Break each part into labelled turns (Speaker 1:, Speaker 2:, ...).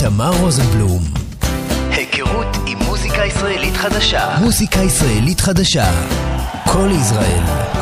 Speaker 1: תמר רוזנבלום.
Speaker 2: היכרות עם מוזיקה ישראלית חדשה.
Speaker 1: מוזיקה ישראלית חדשה. כל ישראל.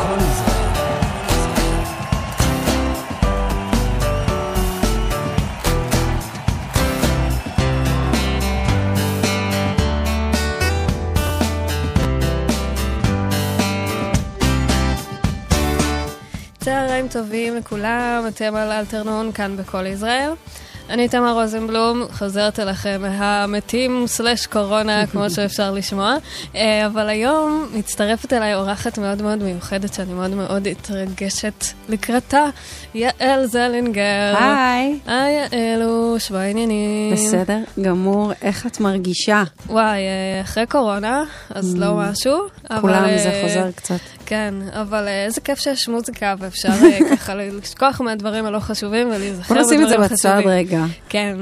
Speaker 3: צהריים טובים לכולם, אתם על אלתרנון כאן בכל ישראל. אני תמר רוזנבלום, חוזרת אליכם מהמתים סלש קורונה, כמו שאפשר לשמוע. אבל היום מצטרפת אליי אורחת מאוד מאוד מיוחדת, שאני מאוד מאוד התרגשת לקראתה, יעל זלינגר.
Speaker 4: היי.
Speaker 3: היי יעלו, שבוע עניינים.
Speaker 4: בסדר, גמור. איך את מרגישה?
Speaker 3: וואי, אחרי קורונה, אז לא משהו.
Speaker 4: כולם זה חוזר קצת.
Speaker 3: כן, אבל איזה כיף שיש מוזיקה, ואפשר ככה לשכוח מהדברים הלא חשובים ולהיזכר
Speaker 4: בוא נשים את זה
Speaker 3: בדברים
Speaker 4: בצד
Speaker 3: חשובים.
Speaker 4: רגע.
Speaker 3: כן,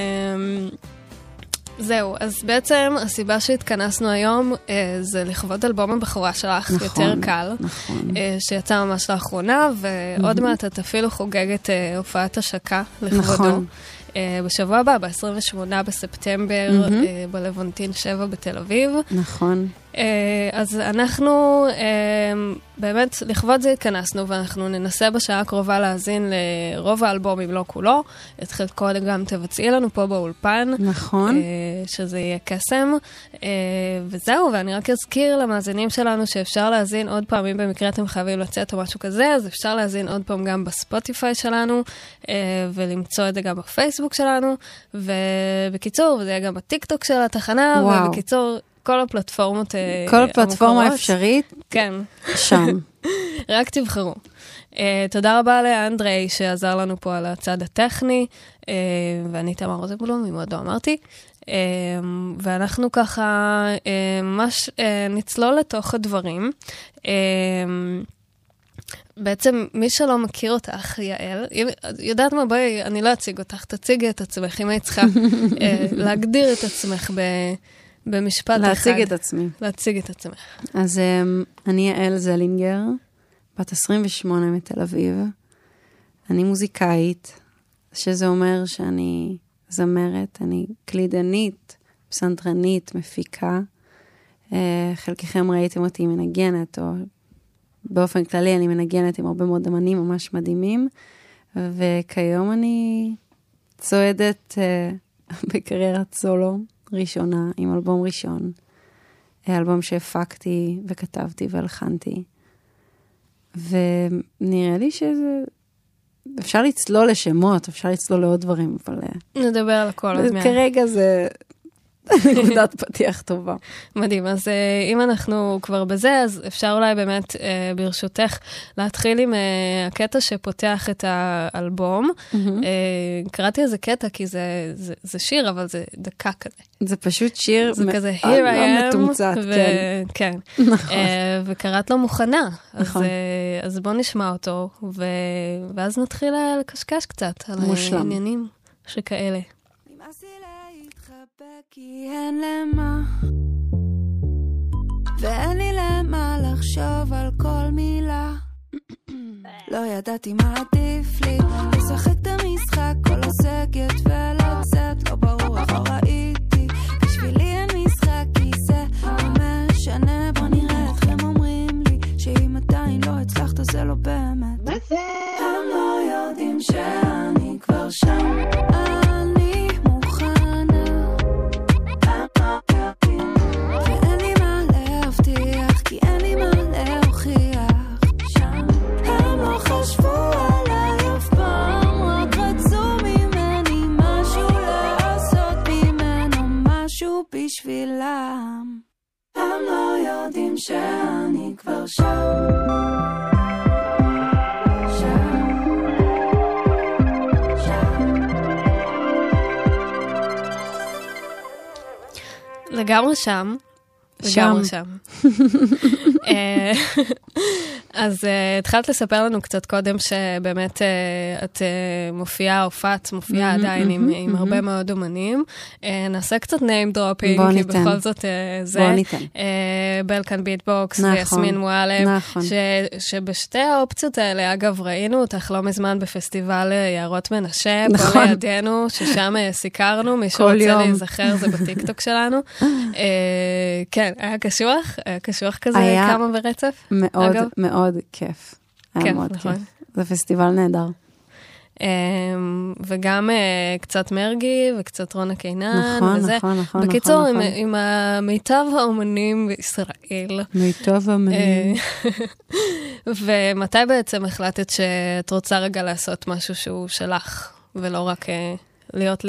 Speaker 3: זהו, אז בעצם הסיבה שהתכנסנו היום זה לכבוד אלבום הבכורה שלך,
Speaker 4: נכון,
Speaker 3: יותר קל,
Speaker 4: נכון.
Speaker 3: שיצא ממש לאחרונה, ועוד מעט את אפילו חוגגת הופעת השקה לכבודו.
Speaker 4: נכון.
Speaker 3: בשבוע הבא, ב-28 בספטמבר, בלוונטין 7 בתל אביב.
Speaker 4: נכון.
Speaker 3: אז אנחנו באמת לכבוד זה התכנסנו, ואנחנו ננסה בשעה הקרובה להאזין לרוב האלבום, אם לא כולו. את חלקו גם תבצעי לנו פה באולפן.
Speaker 4: נכון.
Speaker 3: שזה יהיה קסם. וזהו, ואני רק אזכיר למאזינים שלנו שאפשר להאזין עוד פעמים, במקרה אתם חייבים לצאת או משהו כזה, אז אפשר להאזין עוד פעם גם בספוטיפיי שלנו, ולמצוא את זה גם בפייסבוק שלנו, ובקיצור, וזה יהיה גם בטיקטוק של התחנה,
Speaker 4: וואו.
Speaker 3: ובקיצור, כל הפלטפורמות
Speaker 4: כל הפלטפורמה אפשרית.
Speaker 3: כן.
Speaker 4: שם.
Speaker 3: רק תבחרו. תודה רבה לאנדרי שעזר לנו פה על הצד הטכני, ואני תמר רוזנבלום, אם עוד לא אמרתי. ואנחנו ככה ממש נצלול לתוך הדברים. בעצם מי שלא מכיר אותך, יעל, יודעת מה, בואי, אני לא אציג אותך, תציגי את עצמך, אם היית צריכה להגדיר את עצמך במשפט אחד.
Speaker 4: להציג את עצמי.
Speaker 3: להציג את עצמך.
Speaker 4: אז אני יעל זלינגר, בת 28 מתל אביב. אני מוזיקאית, שזה אומר שאני זמרת, אני קלידנית, פסנתרנית, מפיקה. חלקכם ראיתם אותי מנגנת, או באופן כללי אני מנגנת עם הרבה מאוד אמנים ממש מדהימים, וכיום אני צועדת בקריירת סולו ראשונה, עם אלבום ראשון. אלבום שהפקתי וכתבתי והלחנתי. ונראה לי שזה... אפשר לצלול לשמות, אפשר לצלול לעוד דברים, אבל...
Speaker 3: נדבר על הכל עוד מעט.
Speaker 4: כרגע זה נקודת פתיח טובה.
Speaker 3: מדהים, אז אם אנחנו כבר בזה, אז אפשר אולי באמת ברשותך להתחיל עם הקטע שפותח את האלבום. קראתי איזה קטע כי זה שיר, אבל זה דקה כזה.
Speaker 4: זה פשוט שיר
Speaker 3: זה כזה, here I am,
Speaker 4: מתומצת,
Speaker 3: כן.
Speaker 4: נכון.
Speaker 3: וקראת לו מוכנה.
Speaker 4: נכון.
Speaker 3: אז בוא נשמע אותו, ואז נתחיל לקשקש קצת על העניינים שכאלה.
Speaker 5: כי אין למה ואין לי למה לחשוב על כל מילה. לא ידעתי מה עדיף לי, לשחק את המשחק או לסגת ולצאת, לא ברור איך לא ראיתי. בשבילי אין משחק כי זה לא משנה. בוא נראה אתכם אומרים לי שאם עדיין לא הצלחת זה לא באמת. הם לא יודעים שאני כבר שם. בשבילם הם לא יודעים שאני כבר שם.
Speaker 3: לגמרי שם. לגמרי שם. אז התחלת לספר לנו קצת קודם שבאמת את מופיעה עדיין עם הרבה מאוד אומנים. נעשה קצת name dropping, כי בכל זאת זה. בלקן ביטבוקס ויסמין מועלם, שבשתי האופציות האלה, אגב, ראינו אותך לא מזמן בפסטיבל יערות מנשה, פה לידינו, ששם סיקרנו, מי שרוצה להיזכר, זה בטיקטוק שלנו. כן, היה קשוח כזה כמה ברצף?
Speaker 4: מאוד מאוד כיף.
Speaker 3: כיף, נכון.
Speaker 4: זה פסטיבל נהדר.
Speaker 3: וגם קצת מרגי וקצת רונה קינן.
Speaker 4: נכון.
Speaker 3: בקיצור, עם מיטב האומנים בישראל.
Speaker 4: מיטב האומנים.
Speaker 3: ומתי בעצם החלטת שאת רוצה רגע לעשות משהו שהוא שלך, ולא רק להיות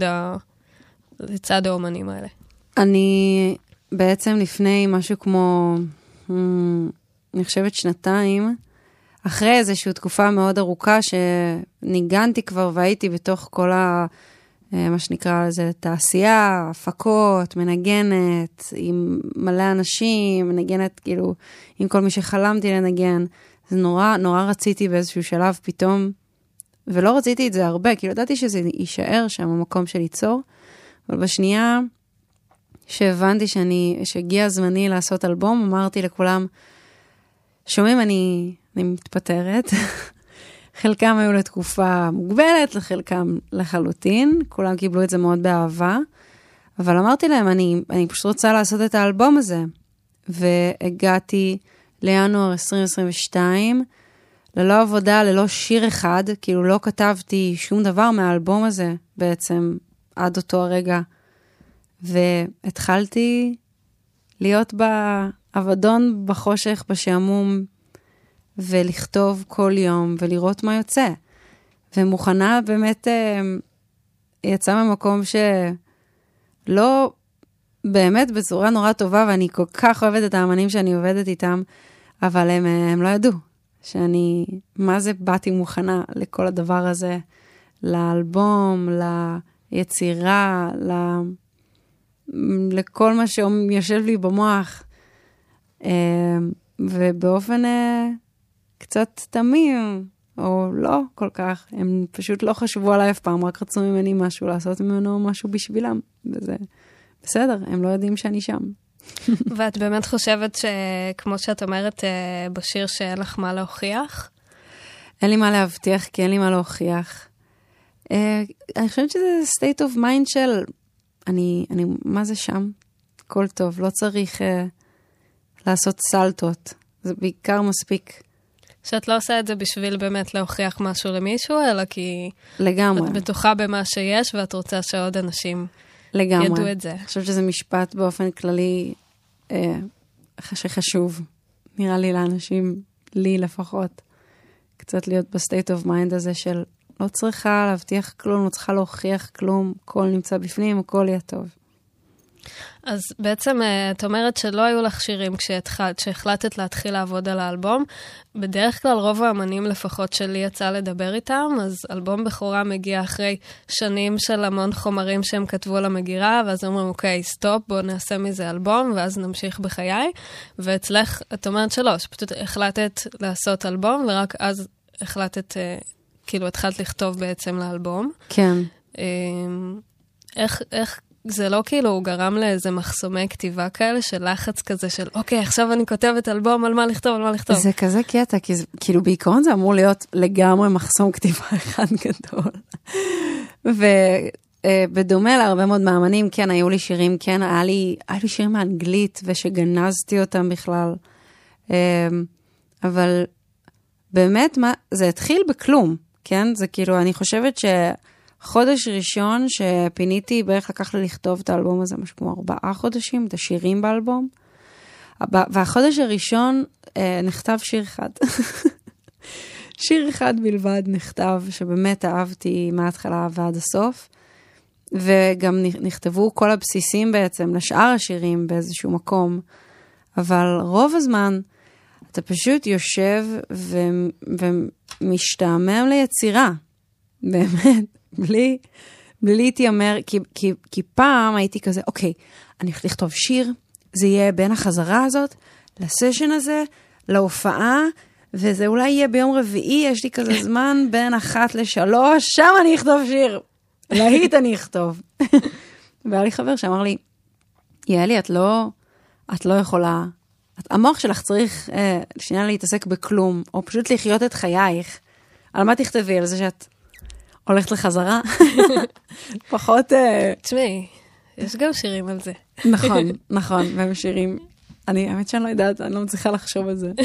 Speaker 3: לצד האומנים האלה? אני
Speaker 4: בעצם לפני משהו כמו, אני חושבת 2, אחרי איזושהי תקופה מאוד ארוכה שניגנתי כבר והייתי בתוך כל מה שנקרא לזה תעשייה, הפקות, מנגנת, עם מלא אנשים, מנגנת כאילו עם כל מי שחלמתי לנגן. זה נורא רציתי באיזשהו שלב פתאום, ולא רציתי את זה הרבה, כי ידעתי שזה יישאר שם המקום של ליצור, אבל בשנייה שהבנתי שהגיע זמני לעשות אלבום, אמרתי לכולם, שומעים, אני מתפטרת. חלקם היו לתקופה מוגבלת, לחלקם לחלוטין. כולם קיבלו את זה מאוד באהבה. אבל אמרתי להם, אני פשוט רוצה לעשות את האלבום הזה. והגעתי לינואר 2022, ללא עבודה, ללא שיר אחד, כאילו לא כתבתי שום דבר מהאלבום הזה בעצם, עד אותו הרגע. והתחלתי להיות בעבדון, בחושך, בשעמום, ולכתוב כל יום, ולראות מה יוצא. ומוכנה באמת, יצא ממקום שלא באמת בצורה נורא טובה, ואני כל כך אוהבת את האמנים שאני עובדת איתם, אבל הם לא ידעו שאני, מה זה באתי מוכנה לכל הדבר הזה, לאלבום, ליצירה, לכל מה שיושב לי במוח. ובאופן קצת תמים, או לא כל כך, הם פשוט לא חשבו עליי אף פעם, רק רצו ממני משהו, לעשות ממנו משהו בשבילם. וזה בסדר, הם לא יודעים שאני שם.
Speaker 3: ואת באמת חושבת שכמו שאת אומרת בשיר שאין לך מה להוכיח?
Speaker 4: אין לי מה להבטיח, כי אין לי מה להוכיח. אני חושבת שזה state of mind של, מה זה שם? הכל טוב, לא צריך לעשות סלטות. זה בעיקר מספיק.
Speaker 3: שאת לא עושה את זה בשביל באמת להוכיח משהו למישהו, אלא כי
Speaker 4: לגמרי.
Speaker 3: את בטוחה במה שיש, ואת רוצה שעוד אנשים
Speaker 4: לגמרי.
Speaker 3: ידעו את זה.
Speaker 4: אני חושבת שזה משפט באופן כללי שחשוב. נראה לי לאנשים, לי לפחות, קצת להיות בסטייט אוף מיינד הזה של לא צריכה להבטיח כלום, לא צריכה להוכיח כלום, הכל נמצא בפנים, הכל יהיה טוב.
Speaker 3: אז בעצם את אומרת שלא היו לך שירים כשהחלטת להתחיל לעבוד על האלבום. בדרך כלל רוב האמנים לפחות שלי יצא לדבר איתם, אז אלבום בכורה מגיע אחרי שנים של המון חומרים שהם כתבו על המגירה, ואז אומרים, אוקיי, סטופ, בואו נעשה מזה אלבום, ואז נמשיך בחיי. ואצלך, את אומרת שלא, שפשוט החלטת לעשות אלבום, ורק אז החלטת, כאילו התחלת לכתוב בעצם לאלבום.
Speaker 4: כן.
Speaker 3: איך זה לא כאילו הוא גרם לאיזה מחסומי כתיבה כאלה של לחץ כזה של אוקיי, עכשיו אני כותבת אלבום, על מה לכתוב?
Speaker 4: זה כזה קטע, כי כאילו בעיקרון זה אמור להיות לגמרי מחסום כתיבה אחד גדול. ובדומה להרבה מאוד מאמנים, כן, היו לי שירים, כן, היה לי שירים מאנגלית, ושגנזתי אותם בכלל. אבל באמת, זה התחיל בכלום, כן? זה כאילו, אני חושבת חודש ראשון שפיניתי, בערך לקח לי לכתוב את האלבום הזה, משהו כמו 4 חודשים, את השירים באלבום. והחודש הראשון נכתב שיר אחד. שיר אחד בלבד נכתב, שבאמת אהבתי מההתחלה ועד הסוף. וגם נכתבו כל הבסיסים בעצם לשאר השירים באיזשהו מקום. אבל רוב הזמן אתה פשוט יושב ומשתעמם ליצירה. באמת. בלי להתיימר, כי פעם הייתי כזה, אוקיי, אני הולך לכתוב שיר, זה יהיה בין החזרה הזאת, לסשן הזה, להופעה, וזה אולי יהיה ביום רביעי, יש לי כזה זמן בין 1 ל-3, שם אני אכתוב שיר. להיט אני אכתוב. והיה לי חבר שאמר לי, יאלי, את לא יכולה, המוח שלך צריך שנייה להתעסק בכלום, או פשוט לחיות את חייך. על מה תכתבי? על זה שאת הולכת לחזרה? פחות...
Speaker 3: תשמעי, יש גם שירים על זה.
Speaker 4: נכון, והם שירים. האמת שאני לא יודעת, אני לא מצליחה לחשוב על זה.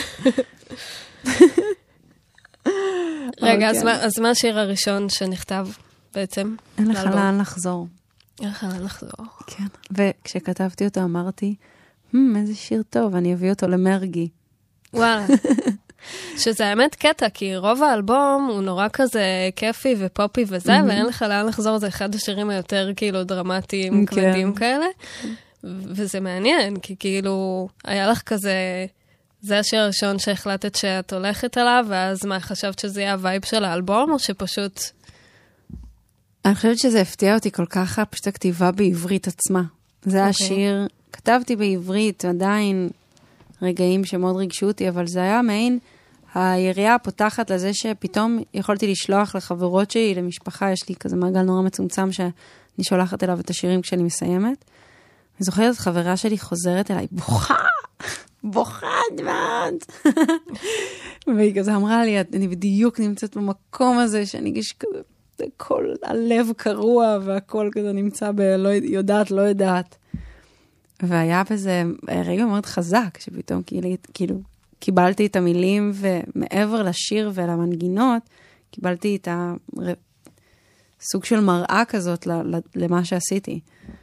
Speaker 3: רגע, אז מה השיר הראשון שנכתב בעצם?
Speaker 4: אין לך לאן לחזור.
Speaker 3: אין לך לאן לחזור.
Speaker 4: כן, וכשכתבתי אותו אמרתי, איזה שיר טוב, אני אביא אותו למרגי.
Speaker 3: וואלה. שזה האמת קטע, כי רוב האלבום הוא נורא כזה כיפי ופופי וזה, ואין לך לאן לחזור, זה אחד השירים היותר כאילו דרמטיים, כבדים כאלה. וזה מעניין, כי כאילו היה לך כזה, זה השיר הראשון שהחלטת שאת הולכת עליו, ואז מה, חשבת שזה יהיה הווייב של האלבום, או שפשוט...
Speaker 4: אני חושבת שזה הפתיע אותי כל כך, פשוט הכתיבה בעברית עצמה. זה השיר, כתבתי בעברית, עדיין רגעים שמאוד ריגשו אותי, אבל זה היה מעין היריעה הפותחת לזה שפתאום יכולתי לשלוח לחברות שלי, למשפחה, יש לי כזה מעגל נורא מצומצם שאני שולחת אליו את השירים כשאני מסיימת. אני זוכרת את חברה שלי חוזרת אליי, בוכה דמעת. והיא כזה אמרה לי, אני בדיוק נמצאת במקום הזה, שאני גיש כזה, כל הלב קרוע, והכל כזה נמצא לא יודעת. והיה בזה רגע מאוד חזק, שפתאום כאילו קיבלתי את המילים, ומעבר לשיר ולמנגינות, קיבלתי את הסוג של מראה כזאת למה שעשיתי.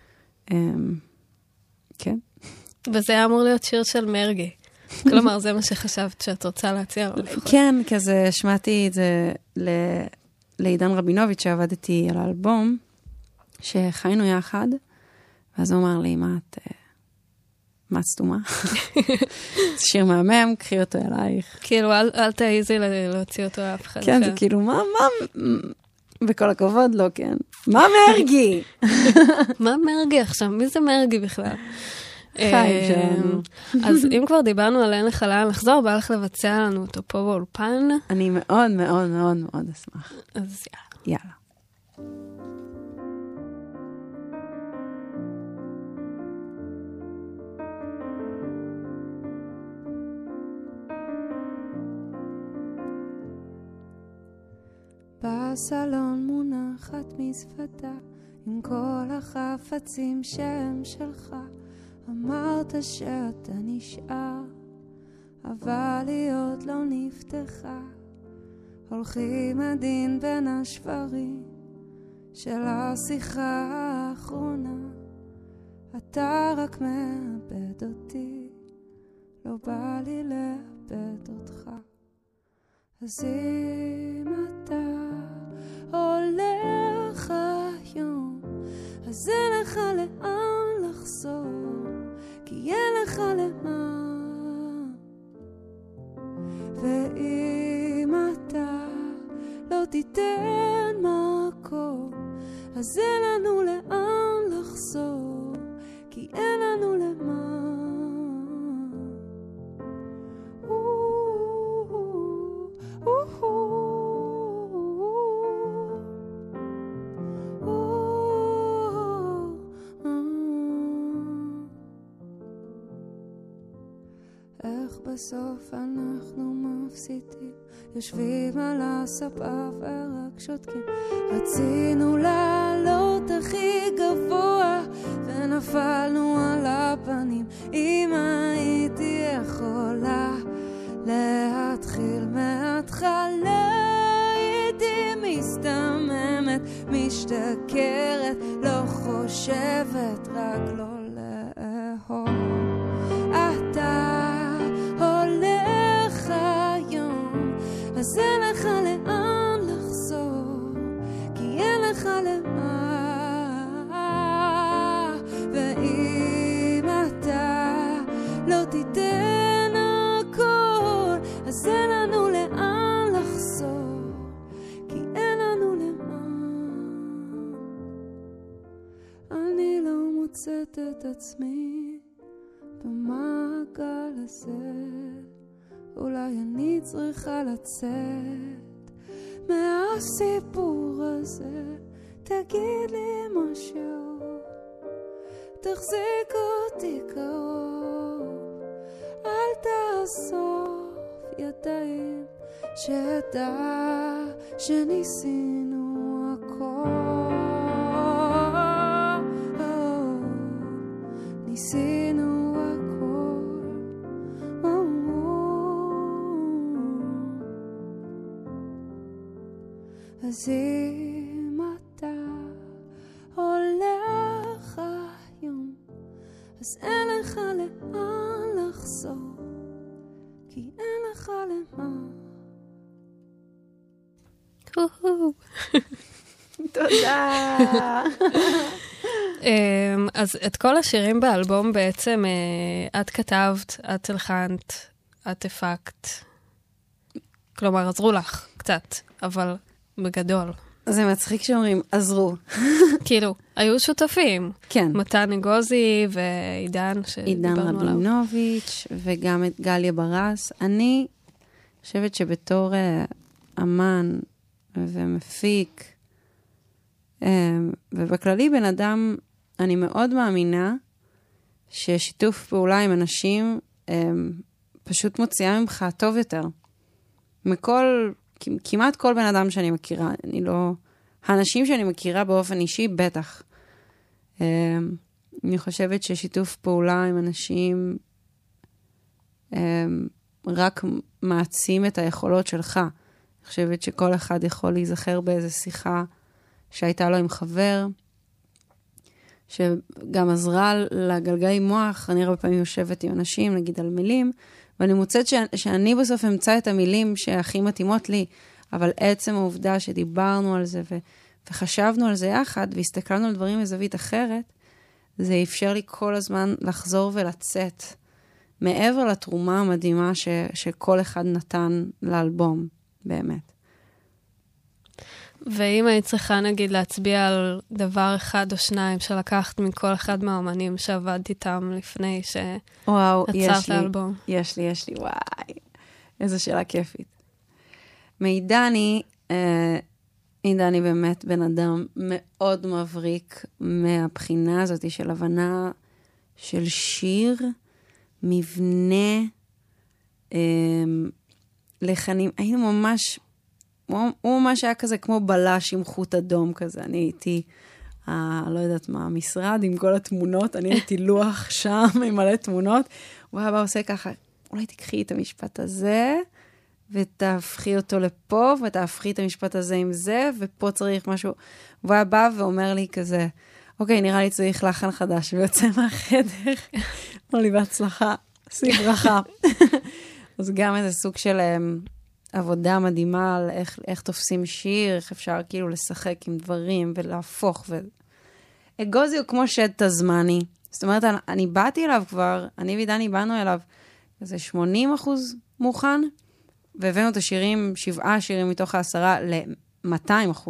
Speaker 4: כן.
Speaker 3: וזה היה אמור להיות שיר של מרגי. כלומר, זה מה שחשבת שאת רוצה להציע.
Speaker 4: כן, כזה שמעתי את זה לעידן רבינוביץ' שעבדתי על האלבום, שחיינו יחד, ואז הוא אמר לי, מה סתומה? זה שיר מהמם, קחי אותו אלייך.
Speaker 3: כאילו, אל תעיזי להוציא אותו אף אחד.
Speaker 4: כן, זה כאילו, מה, בכל הכבוד לא, כן. מה מרגי?
Speaker 3: מה מרגי עכשיו? מי זה מרגי בכלל?
Speaker 4: חיים שלנו.
Speaker 3: אז אם כבר דיברנו על אין לך לאן לחזור, בא לך לבצע לנו אותו פה באולפן.
Speaker 4: אני מאוד מאוד מאוד מאוד אשמח.
Speaker 3: אז
Speaker 4: יאללה.
Speaker 5: בסלון מונחת מזוודה עם כל החפצים שהם שלך. אמרת שאתה נשאר, אבל היא עוד לא נפתחה. הולכים עדין בין השברים של השיחה האחרונה. אתה רק מאבד אותי, לא בא לי לאבד אותך. אז אם אתה הולך היום, אז אין לך לאן לחזור, כי אין לך למה. ואם אתה לא תיתן מקום, אז אין לנו לאן לחזור, כי אין לנו למה. בסוף אנחנו מפסידים, יושבים על הספה ורק שותקים. רצינו לעלות הכי גבוה ונפלנו על הפנים. אם הייתי יכולה להתחיל מההתחלה, הייתי מסתממת, משתכרת, לא חושבת, רק לא לאהוב. אתה הולך היום, אז אין לך לאן לחזור, כי אין לך למה. ואם אתה לא תיתן הכל, אז אין לנו לאן לחזור, כי אין לנו למה. אני לא מוצאת את עצמי במעגל הזה, אולי אני צריכה לצאת מהסיפור הזה. תגיד לי משהו, תחזיק אותי קרוב, אל תאסוף ידיים, שדע שניסינו הכל. ניסינו הכל. אז אם אתה הולך היום, אז אין לך לאן לחזור, כי אין לך למה.
Speaker 4: תודה.
Speaker 3: אז את כל השירים באלבום בעצם את כתבת, את הלחנת, את הפקת. כלומר, עזרו לך קצת, אבל בגדול.
Speaker 4: זה מצחיק שאומרים, עזרו.
Speaker 3: כאילו, היו שותפים.
Speaker 4: כן.
Speaker 3: מתן אגוזי ועידן שדיברנו עליו.
Speaker 4: עידן רבינוביץ' וגם את גליה ברס. אני חושבת שבתור אמן ומפיק, ובכללי בן אדם, אני מאוד מאמינה ששיתוף פעולה עם אנשים פשוט מוציאה ממך טוב יותר. כמעט כל בן אדם שאני מכירה, האנשים שאני מכירה באופן אישי, בטח. אני חושבת ששיתוף פעולה עם אנשים רק מעצים את היכולות שלך. אני חושבת שכל אחד יכול להיזכר באיזו שיחה שהייתה לו עם חבר, שגם עזרה לגלגלי מוח. אני הרבה פעמים יושבת עם אנשים, נגיד על מילים, ואני מוצאת שאני בסוף אמצא את המילים שהכי מתאימות לי, אבל עצם העובדה שדיברנו על זה וחשבנו על זה יחד, והסתכלנו על דברים מזווית אחרת, זה אפשר לי כל הזמן לחזור ולצאת, מעבר לתרומה המדהימה שכל אחד נתן לאלבום, באמת.
Speaker 3: ואם היית צריכה, נגיד, להצביע על דבר אחד או שניים שלקחת מכל אחד מהאומנים שעבדת איתם לפני שעצרת האלבום.
Speaker 4: יש לי, וואי. איזו שאלה כיפית. מעידני, עידני באמת בן אדם מאוד מבריק מהבחינה הזאת של הבנה של שיר, מבנה, לחנים. היינו ממש... הוא ממש היה כזה כמו בלש עם חוט אדום כזה. אני הייתי, לא יודעת מה, המשרד עם כל התמונות, אני הייתי לוח שם עם מלא תמונות, הוא היה בא עושה ככה, אולי תקחי את המשפט הזה, ותהפכי אותו לפה, ותהפכי את המשפט הזה עם זה, ופה צריך משהו. הוא היה בא ואומר לי כזה, אוקיי, נראה לי צריך לחן חדש, ויוצא מהחדר, אמר לי בהצלחה, עשי ברכה. אז גם איזה סוג של... עבודה מדהימה על איך תופסים שיר, איך אפשר כאילו לשחק עם דברים ולהפוך. אגוזי הוא כמו שד תזמני. זאת אומרת, אני באתי אליו כבר, אני ועידני באנו אליו, איזה 80% מוכן, והבאנו את השירים, 7 שירים מתוך 10 ל-200%.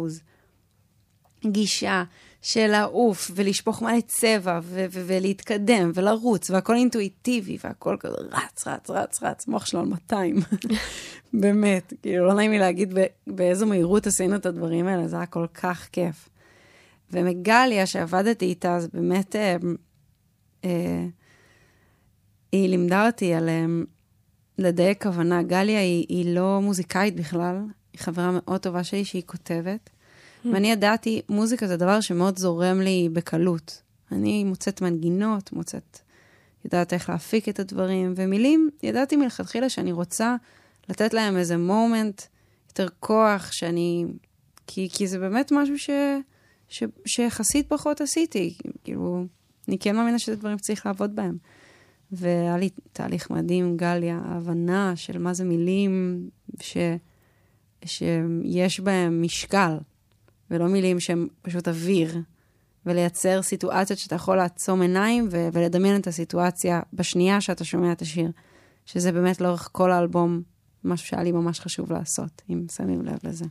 Speaker 4: גישה של לעוף ולשפוך מלא צבע ולהתקדם ולרוץ, והכל אינטואיטיבי, והכל כזה רץ, מוח שלו על 200. באמת, כאילו לא נעים לי להגיד באיזו מהירות עשינו את הדברים האלה, זה היה כל כך כיף. ומגליה שעבדתי איתה, אז באמת היא לימדה אותי על לדייק כוונה. גליה היא לא מוזיקאית בכלל, היא חברה מאוד טובה שלי שהיא כותבת, ואני ידעתי, מוזיקה זה דבר שמאוד זורם לי בקלות. אני מוצאת מנגינות, יודעת איך להפיק את הדברים, ומילים, ידעתי מלכתחילה שאני רוצה לתת להם איזה מומנט, יותר כוח, כי זה באמת משהו שיחסית פחות עשיתי. כאילו, אני כן מאמינה שזה דברים שצריך לעבוד בהם. והיה לי תהליך מדהים, גליה, ההבנה של מה זה מילים שיש בהם משקל, ולא מילים שהם פשוט אוויר, ולייצר סיטואציות שאתה יכול לעצום עיניים, ולדמיין את הסיטואציה בשנייה שאתה שומע את השיר, שזה באמת לאורך כל האלבום, משהו שהיה לי ממש חשוב לעשות, אם שמים לב לזה.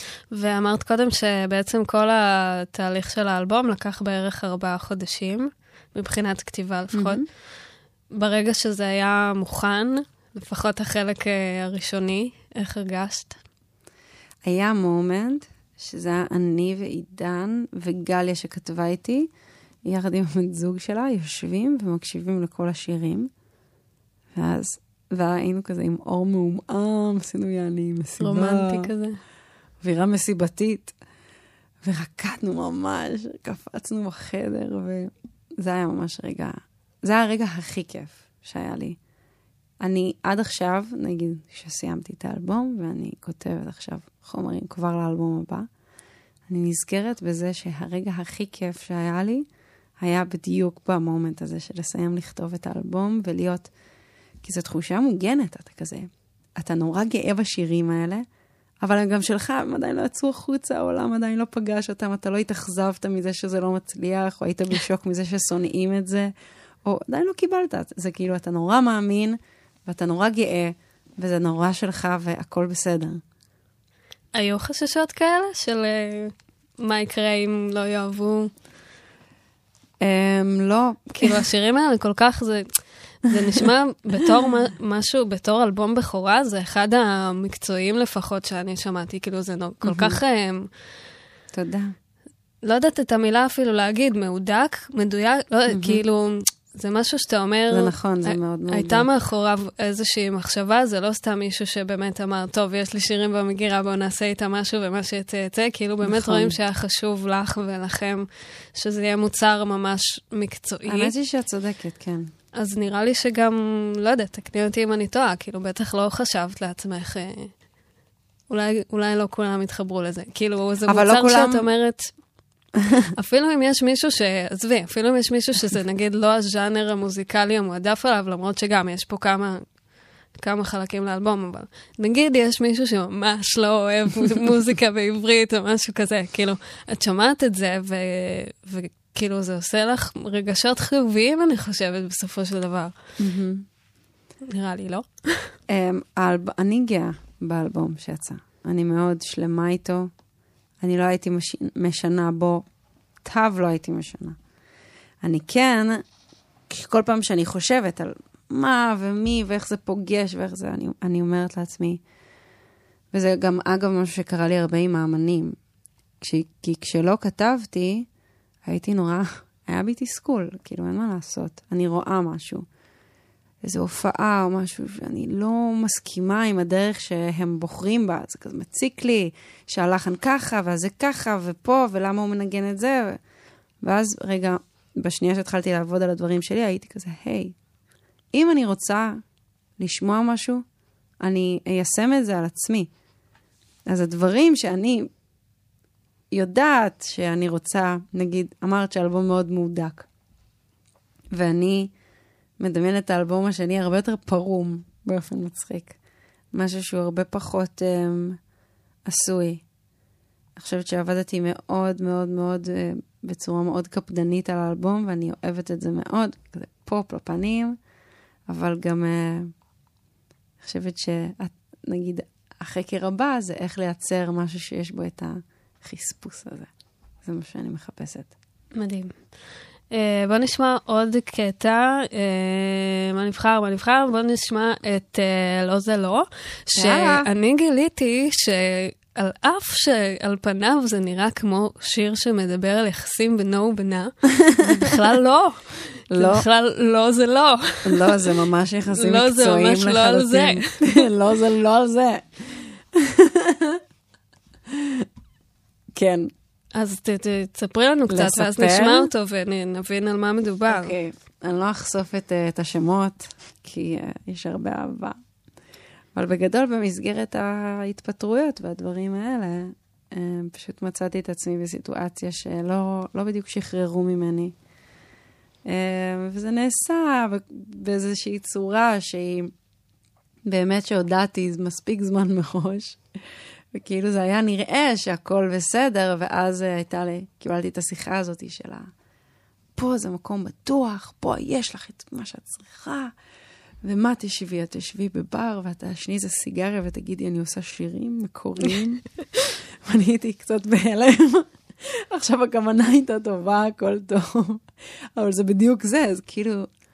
Speaker 3: ואמרת קודם שבעצם כל התהליך של האלבום לקח בערך 4 חודשים. מבחינת כתיבה לפחות. ברגע שזה היה מוכן, לפחות החלק הראשוני, איך הרגשת?
Speaker 4: היה מומנט, שזה היה אני ועידן וגליה שכתבה איתי, יחד עם הבן זוג שלה, יושבים ומקשיבים לכל השירים. והיינו כזה עם אור מעומעם, עשינו יעני מסיבה.
Speaker 3: רומנטי כזה.
Speaker 4: אווירה מסיבתית. ורקדנו ממש, קפצנו בחדר, וזה היה ממש רגע, זה היה הרגע הכי כיף שהיה לי. אני עד עכשיו, נגיד שסיימתי את האלבום, ואני כותבת עכשיו חומרים כבר לאלבום הבא, אני נזכרת בזה שהרגע הכי כיף שהיה לי, היה בדיוק במומנט הזה של לסיים לכתוב את האלבום, ולהיות, כי זו תחושה מוגנת, אתה כזה, אתה נורא גאה בשירים האלה, אבל הם גם שלך, הם עדיין לא יצאו החוצה, העולם עדיין לא פגש אותם, אתה לא התאכזבת מזה שזה לא מצליח, או היית בשוק מזה ששונאים את זה, או עדיין לא קיבלת, זה כאילו, אתה נורא מאמין, ואתה נורא גאה, וזה נורא שלך, והכל בסדר.
Speaker 3: היו חששות כאלה של מה יקרה אם לא יאהבו?
Speaker 4: לא.
Speaker 3: כאילו, השירים האלה כל כך, זה נשמע בתור משהו, בתור אלבום בכורה, זה אחד המקצועיים לפחות שאני שמעתי, כאילו זה כל כך...
Speaker 4: תודה.
Speaker 3: לא יודעת את המילה אפילו להגיד, מהודק, מדויק, לא יודעת, כאילו, זה משהו שאתה אומר...
Speaker 4: זה נכון, זה מאוד מאוד.
Speaker 3: הייתה מאחוריו איזושהי מחשבה, זה לא סתם מישהו שבאמת אמר, טוב, יש לי שירים במגירה, בואו נעשה איתה משהו, ומה שיצא, כאילו באמת רואים שהיה חשוב לך ולכם, שזה יהיה מוצר ממש מקצועי.
Speaker 4: האמת היא שאת צודקת, כן.
Speaker 3: אז נראה לי שגם, לא יודעת, תקני אותי אם אני טועה, כאילו בטח לא חשבת לעצמך, אולי לא כולם התחברו לזה. כאילו, זה מוצר לא שאת אומרת, אפילו אם יש מישהו עזבי, אפילו אם יש מישהו שזה נגיד לא הז'אנר המוזיקלי המועדף עליו, למרות שגם יש פה כמה חלקים לאלבום, אבל נגיד יש מישהו שממש לא אוהב מוזיקה בעברית או משהו כזה, כאילו, את שומעת את זה כאילו זה עושה לך רגשות חיוביים, אני חושבת, בסופו של דבר. נראה לי, לא?
Speaker 4: אני גאה באלבום שיצא. אני מאוד שלמה איתו. אני לא הייתי משנה בו. תו לא הייתי משנה. אני כן, כל פעם שאני חושבת על מה ומי ואיך זה פוגש ואיך זה, אני אומרת לעצמי, וזה גם אגב משהו שקרה לי הרבה עם האמנים. כי כשלא כתבתי, הייתי נורא, היה בי תסכול, כאילו אין מה לעשות. אני רואה משהו, איזו הופעה או משהו שאני לא מסכימה עם הדרך שהם בוחרים בה, זה כזה מציק לי, שהלחן ככה, ואז זה ככה, ופה, ולמה הוא מנגן את זה. ואז רגע, בשנייה שהתחלתי לעבוד על הדברים שלי, הייתי כזה, היי, אם אני רוצה לשמוע משהו, אני איישם את זה על עצמי. אז הדברים שאני יודעת שאני רוצה, נגיד, אמרת שהאלבום מאוד מהודק, ואני מדמיינת את האלבום השני הרבה יותר פרום, באופן מצחיק. משהו שהוא הרבה פחות עשוי. אני חושבת שעבדתי מאוד מאוד מאוד, בצורה מאוד קפדנית על האלבום, ואני אוהבת את זה מאוד, כזה פופ לפנים, אבל גם אני חושבת שנגיד, החקר הבא זה איך לייצר משהו שיש בו את החספוס הזה. זה מה שאני מחפשת.
Speaker 3: מדהים. בוא נשמע עוד קטע, מה נבחר? בוא נשמע את לא זה לא, שאני גיליתי שעל אף שעל פניו זה נראה כמו שיר שמדבר על יחסים בינו ובינה, זה בכלל לא. זה בכלל לא זה לא.
Speaker 4: לא, זה ממש יחסים מקצועיים לחלוטין.
Speaker 3: לא, זה ממש לא על זה.
Speaker 4: לא, זה לא על זה. כן.
Speaker 3: אז תספרי לנו קצת, ואז נשמע אותו ונבין על מה מדובר.
Speaker 4: אוקיי, אני לא אחשוף את השמות, כי יש הרבה אהבה. אבל בגדול, במסגרת ההתפטרויות והדברים האלה, פשוט מצאתי את עצמי בסיטואציה שלא בדיוק שחררו ממני. וזה נעשה באיזושהי צורה שהיא באמת שהודעתי מספיק זמן מראש. וכאילו זה היה נראה שהכל בסדר, ואז קיבלתי את השיחה הזאת שלה. פה זה מקום בטוח, פה יש לך את מה שאת צריכה, ומה תשבי? את תשבי בבר, ואת תשני איזה סיגריה, ותגידי, אני עושה שירים מקוריים. ואני הייתי קצת בהלם. עכשיו הכוונה הייתה טובה, הכל טוב. אבל זה בדיוק זה, אז כאילו,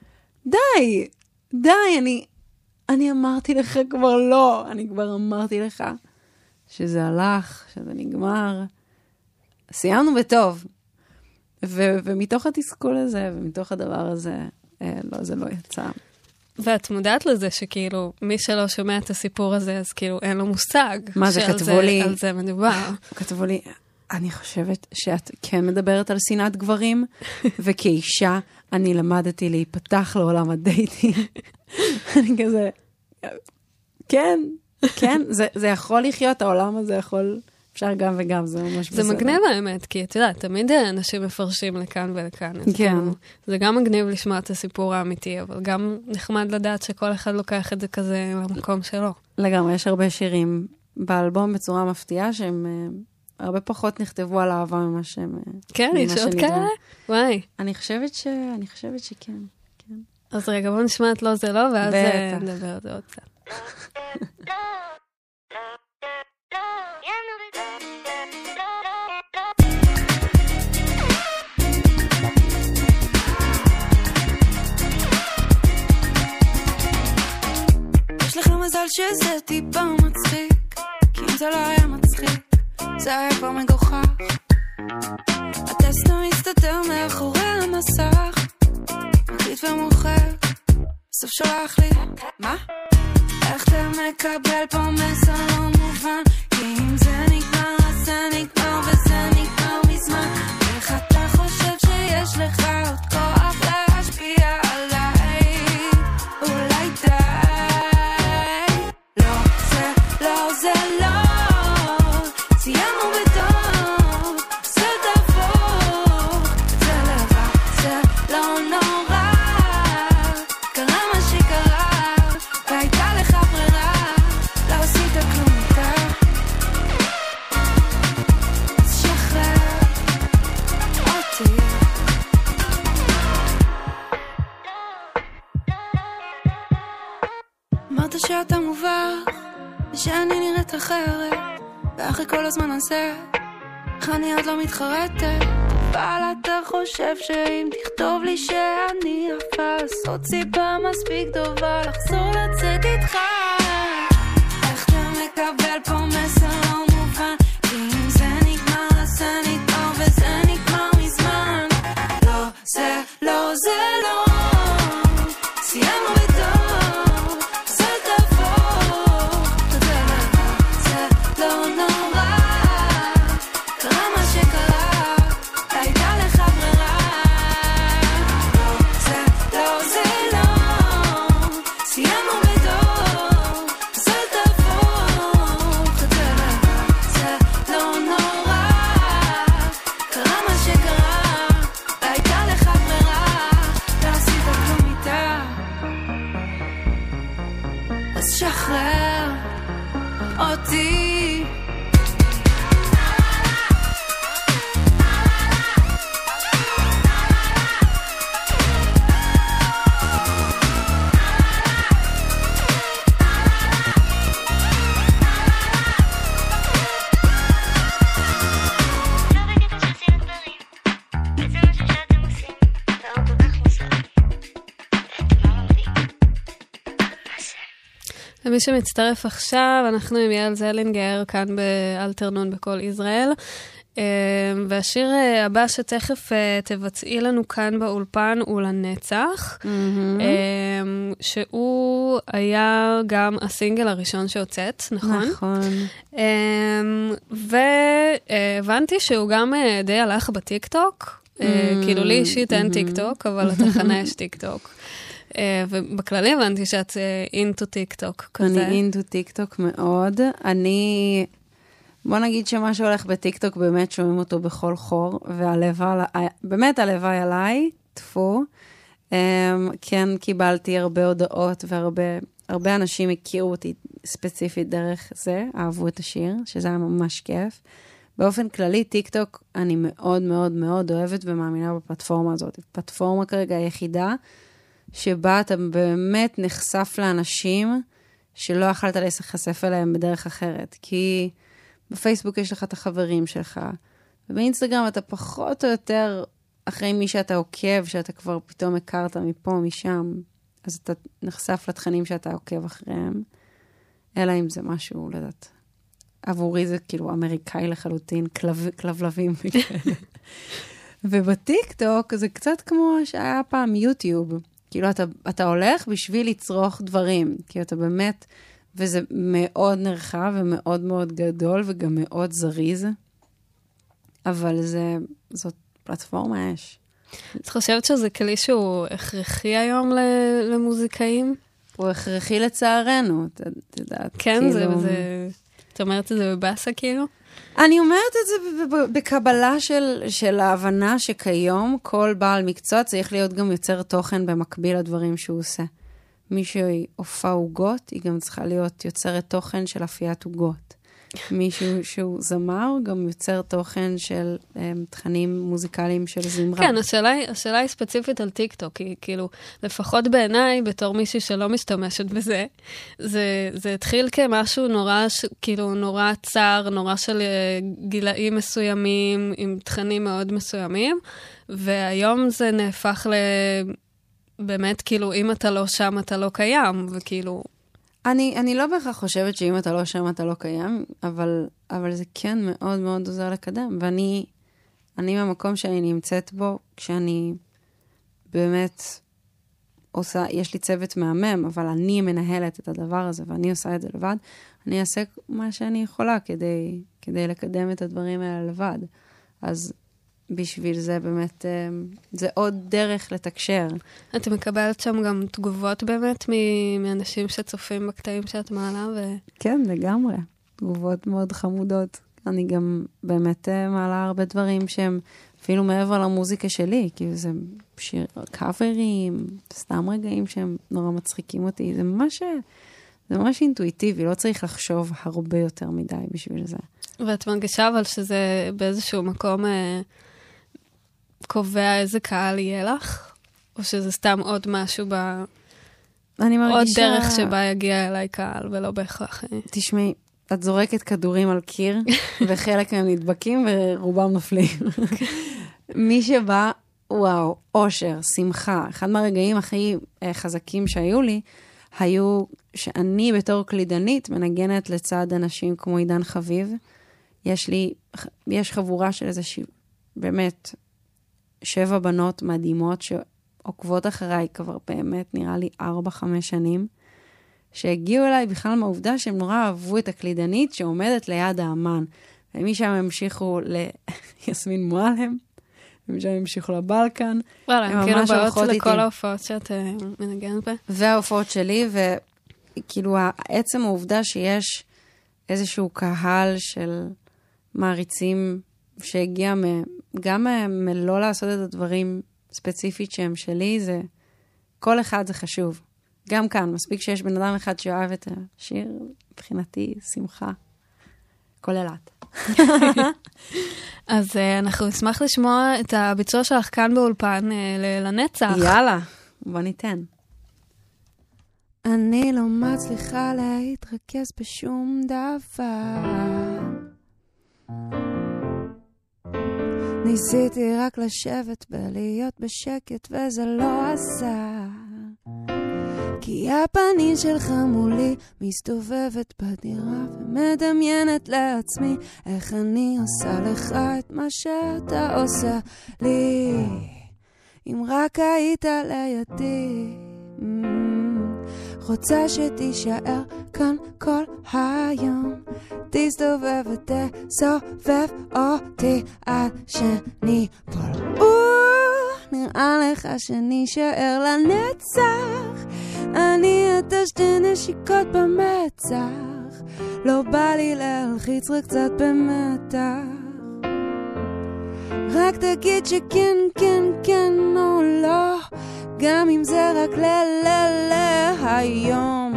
Speaker 4: די, אני אמרתי לך כבר לא, אני כבר אמרתי לך שזה הלך, שזה נגמר. סיימנו בטוב. ומתוך התסכול הזה, ומתוך הדבר הזה, לא, זה לא יצא.
Speaker 3: ואת מודעת לזה שכאילו, מי שלא שומע את הסיפור הזה, אז כאילו אין לו מושג.
Speaker 4: מה זה כתבו לי?
Speaker 3: על זה מדובר.
Speaker 4: כתבו לי, אני חושבת שאת כן מדברת על שנאת גברים, וכאישה אני למדתי להיפתח לעולם הדייטים. אני כזה, כן, זה יכול לחיות, העולם הזה יכול, אפשר גם וגם, זה ממש בסדר.
Speaker 3: זה מגניב האמת, כי את יודעת, תמיד אנשים מפרשים לכאן ולכאן.
Speaker 4: כן.
Speaker 3: זה גם מגניב לשמוע את הסיפור האמיתי, אבל גם נחמד לדעת שכל אחד לוקח את זה כזה למקום שלו.
Speaker 4: לגמרי, יש הרבה שירים באלבום בצורה מפתיעה, שהם הרבה פחות נכתבו על אהבה ממה שהם...
Speaker 3: כן, יש עוד כאלה? וואי.
Speaker 4: אני חושבת שכן.
Speaker 3: אז רגע, בוא נשמע את לא זה לא, ואז נדבר על זה עוד קצת.
Speaker 5: יש לך מזל שזה טיפה מצחיק, כי אם זה לא היה מצחיק, זה היה כבר מגוחך. הטסט מסתתר מאחורי המסך, מקליט ומוכר, בסוף שולח לי, מה? איך אתה מקבל פה מסר לא מובן, כי אם זה נגמר אז זה נגמר וזה נגמר מזמן. איך אתה חושב שיש לך עוד כוח להשפיע עליי? אולי די. לא, זה לא, סיימנו בטוב, זה תהפוך, זה לבא, זה לא נורא, קרה מה שקרה, והייתה לך ברירה, לא עשית כלום איתה, אז שחרר אותי. אמרת שאתה מובך ושאני נראית אחרת, ואחרי כל הזמן הזה איך אני עוד לא מתחרטת, אבל אתה חושב שאם תכתוב לי שאני אפס עוד סיבה מספיק טובה לחזור לצאת איתך. איך אתה מקבל פה מסר לא מובן, כי אם זה נגמר אז זה נגמר וזה נגמר מזמן. לא, זה לא, סיימנו בטוב, זה תהפוך, זה לבא, זה לא נורא, קרה מה שקרה, הייתה לך ברירה. לא, סיימנו בטוב, זה תהפוך, זה לבא, זה לא נורא, קרה מה שקרה, הייתה לך ברירה, לא עשית כלום איתה, אז שחרר אותי.
Speaker 3: למי שמצטרף עכשיו, אנחנו עם יעל זלינגר, כאן באלתרנון בכל ישראל. והשיר הבא שתכף תבצעי לנו כאן באולפן הוא לנצח, שהוא היה גם הסינגל הראשון שהוצאת, נכון?
Speaker 4: נכון.
Speaker 3: והבנתי שהוא גם די הלך בטיקטוק, כאילו לי אישית אין טיקטוק, אבל לתחנה יש טיקטוק. ובכללי הבנתי שאת אינטו טיקטוק כזה. אני
Speaker 4: אינטו טיקטוק מאוד. בוא נגיד שמה שהולך בטיקטוק באמת שומעים אותו בכל חור, באמת הלוואי עליי, תפו. כן, קיבלתי הרבה הודעות והרבה אנשים הכירו אותי ספציפית דרך זה, אהבו את השיר, שזה היה ממש כיף. באופן כללי, טיקטוק אני מאוד מאוד מאוד אוהבת ומאמינה בפלטפורמה הזאת. פלטפורמה כרגע היחידה, שבה אתה באמת נחשף לאנשים שלא יכלת להיחשף אליהם בדרך אחרת. כי בפייסבוק יש לך את החברים שלך, ובאינסטגרם אתה פחות או יותר אחרי מי שאתה עוקב, שאתה כבר פתאום הכרת מפה, משם, אז אתה נחשף לתכנים שאתה עוקב אחריהם, אלא אם זה משהו, לא יודעת. עבורי זה כאילו אמריקאי לחלוטין, כלבלבים. ובטיקטוק זה קצת כמו שהיה פעם יוטיוב. כאילו אתה הולך בשביל לצרוך דברים, כי אתה באמת, וזה מאוד נרחב ומאוד מאוד גדול וגם מאוד זריז, אבל זאת פלטפורמה אש.
Speaker 3: את חושבת שזה כלי שהוא הכרחי היום למוזיקאים?
Speaker 4: הוא הכרחי לצערנו, את יודעת.
Speaker 3: כן,
Speaker 4: כאילו...
Speaker 3: את אומרת את זה בבאסה כאילו?
Speaker 4: אני אומרת את זה בקבלה של ההבנה שכיום כל בעל מקצוע צריך להיות גם יוצר תוכן במקביל לדברים שהוא עושה. מי שהופע עוגות, היא גם צריכה להיות יוצרת תוכן של אפיית עוגות. מישהו שהוא זמר, גם יוצר תוכן של תכנים מוזיקליים של זמרה.
Speaker 3: כן, השאלה היא ספציפית על טיקטוק, כי כאילו, לפחות בעיניי, בתור מישהי שלא משתמשת בזה, זה התחיל כמשהו נורא, כאילו נורא צר, נורא של גילאים מסוימים, עם תכנים מאוד מסוימים, והיום זה נהפך באמת, כאילו, אם אתה לא שם, אתה לא קיים, וכאילו...
Speaker 4: אני לא בהכרח חושבת שאם אתה לא שם, אתה לא קיים, אבל זה כן מאוד מאוד עוזר לקדם. ואני מהמקום שאני נמצאת בו, כשאני באמת עושה, יש לי צוות מהמם, אבל אני מנהלת את הדבר הזה, ואני עושה את זה לבד, אני אעשה מה שאני יכולה כדי לקדם את הדברים האלה לבד. אז בשביל זה באמת, זה עוד דרך לתקשר.
Speaker 3: את מקבלת שם גם תגובות באמת מאנשים שצופים בקטעים שאת מעלה?
Speaker 4: כן, לגמרי. תגובות מאוד חמודות. אני גם באמת מעלה הרבה דברים שהם אפילו מעבר למוזיקה שלי, כי זה שיר קאברים, סתם רגעים שהם נורא מצחיקים אותי. זה ממש אינטואיטיבי, לא צריך לחשוב הרבה יותר מדי בשביל זה.
Speaker 3: ואת מרגישה אבל שזה באיזשהו מקום... קובע איזה קהל יהיה לך? או שזה סתם עוד משהו עוד דרך שבה יגיע אליי קהל, ולא בהכרח...
Speaker 4: תשמעי, את זורקת כדורים על קיר, וחלק מהם נדבקים, ורובם נופלים. מי שבא, וואו, אושר, שמחה. אחד מהרגעים הכי חזקים שהיו לי, היו שאני בתור קלידנית מנגנת לצד אנשים כמו עידן חביב. יש חבורה של איזה באמת... 7 בנות מדהימות שעוקבות אחריי כבר באמת נראה לי 4-5 שנים, שהגיעו אליי בכלל מהעובדה שהם נורא אהבו את הקלידנית שעומדת ליד האמן. ומשם המשיכו ליסמין מועלם, ומשם המשיכו לבלקן.
Speaker 3: וואלה, הם כאילו באות לכל ההופעות שאת מנגנת בה.
Speaker 4: וההופעות שלי, וכאילו העצם העובדה שיש איזשהו קהל של מעריצים שהגיע גם מלא לעשות את הדברים ספציפית שהם שלי, זה כל אחד זה חשוב. גם כאן, מספיק שיש בן אדם אחד שאוהב את השיר, מבחינתי, שמחה. כוללת.
Speaker 3: אז אנחנו נשמח לשמוע את הביצוע שלך כאן באולפן לנצח.
Speaker 4: יאללה, בוא ניתן.
Speaker 5: אני לא מצליחה להתרכז בשום דבר. ניסיתי רק לשבת ולהיות בשקט וזה לא עשה. כי הפנים שלך מולי מסתובבת בדירה ומדמיינת לעצמי איך אני עושה לך את מה שאתה עושה לי. אם רק היית לידי, רוצה שתישאר כאן כל היום, תסתובב ותסובב אותי עד שניפול. נראה לך שנישאר לנצח, אני את שתי נשיקות במצח, לא בא לי להלחיץ רק קצת במתח. רק תגיד שכן, כן, כן או לא, גם אם זה רק היום.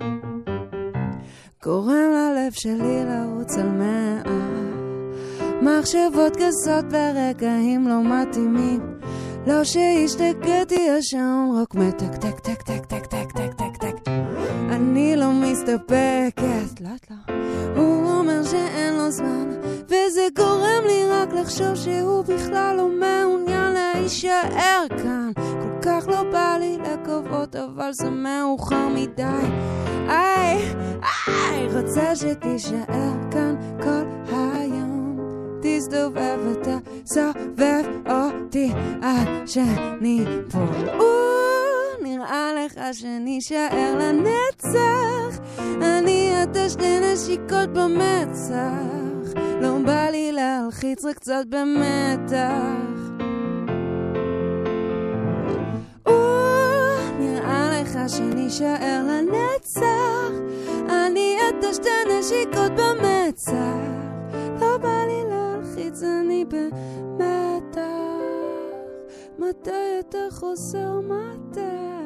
Speaker 5: גורם ללב שלי לרוץ על 100, מחשבות גסות ורגעים לא מתאימים, לא שהשתגעתי השעון רק מתק טק טק טק טק טק טק טק טק. אני לא מסתפקת, לא. הוא אומר שאין לו זמן וזה וזה גורם לי רק לחשוב שהוא בכלל לא מעוניין להישאר כאן. כל כך לא בא לי לקוות, אבל זה מאוחר מדי. רוצה שתישאר כאן כל היום, תסתובב ותסובב אותי עד שניפול. נראה לך שנישאר לנצח, אני אתה שתי נשיקות במצח, לא בא לי להלחיץ רק קצת במתח. נראה לך שנישאר לנצח, אני אתה שתי נשיקות במצח, לא בא לי להלחיץ אני במתח. מתי אתה חוזר מתי?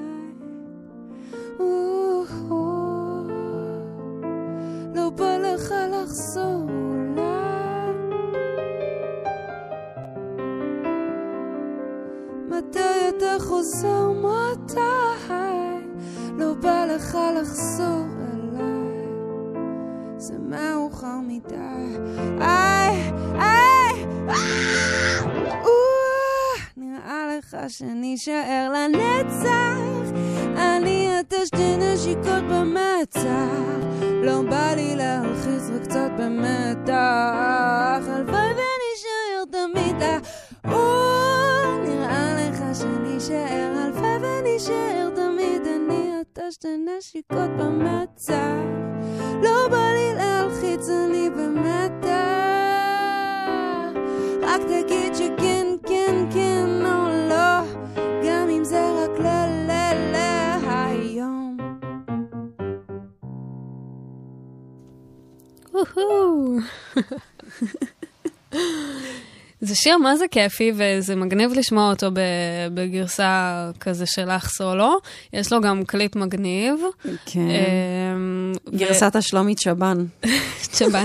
Speaker 5: לא בא לך לחזור אולי? מתי אתה חוזר מתי? לא בא לך לחזור אליי, זה מאוחר מדי. נראה לך שנישאר לנצח, אני אתה שתי נשיקות במצח, לא בא לי להלחיץ רק קצת במתח, הלוואי ונשאר תמיד. נראה לך שנישאר, הלוואי ונשאר תמיד, אני אתה שתי נשיקות במצח, לא בא לי להלחיץ אני במתח. רק תגיד שכן כן כן או לא, גם אם זה רק להיום.
Speaker 3: זה שיר מה זה כיפי, וזה מגניב לשמוע אותו בגרסה כזה שלך סולו. יש לו גם קליפ מגניב.
Speaker 4: כן. גרסת השלומית שבן.
Speaker 3: שבן.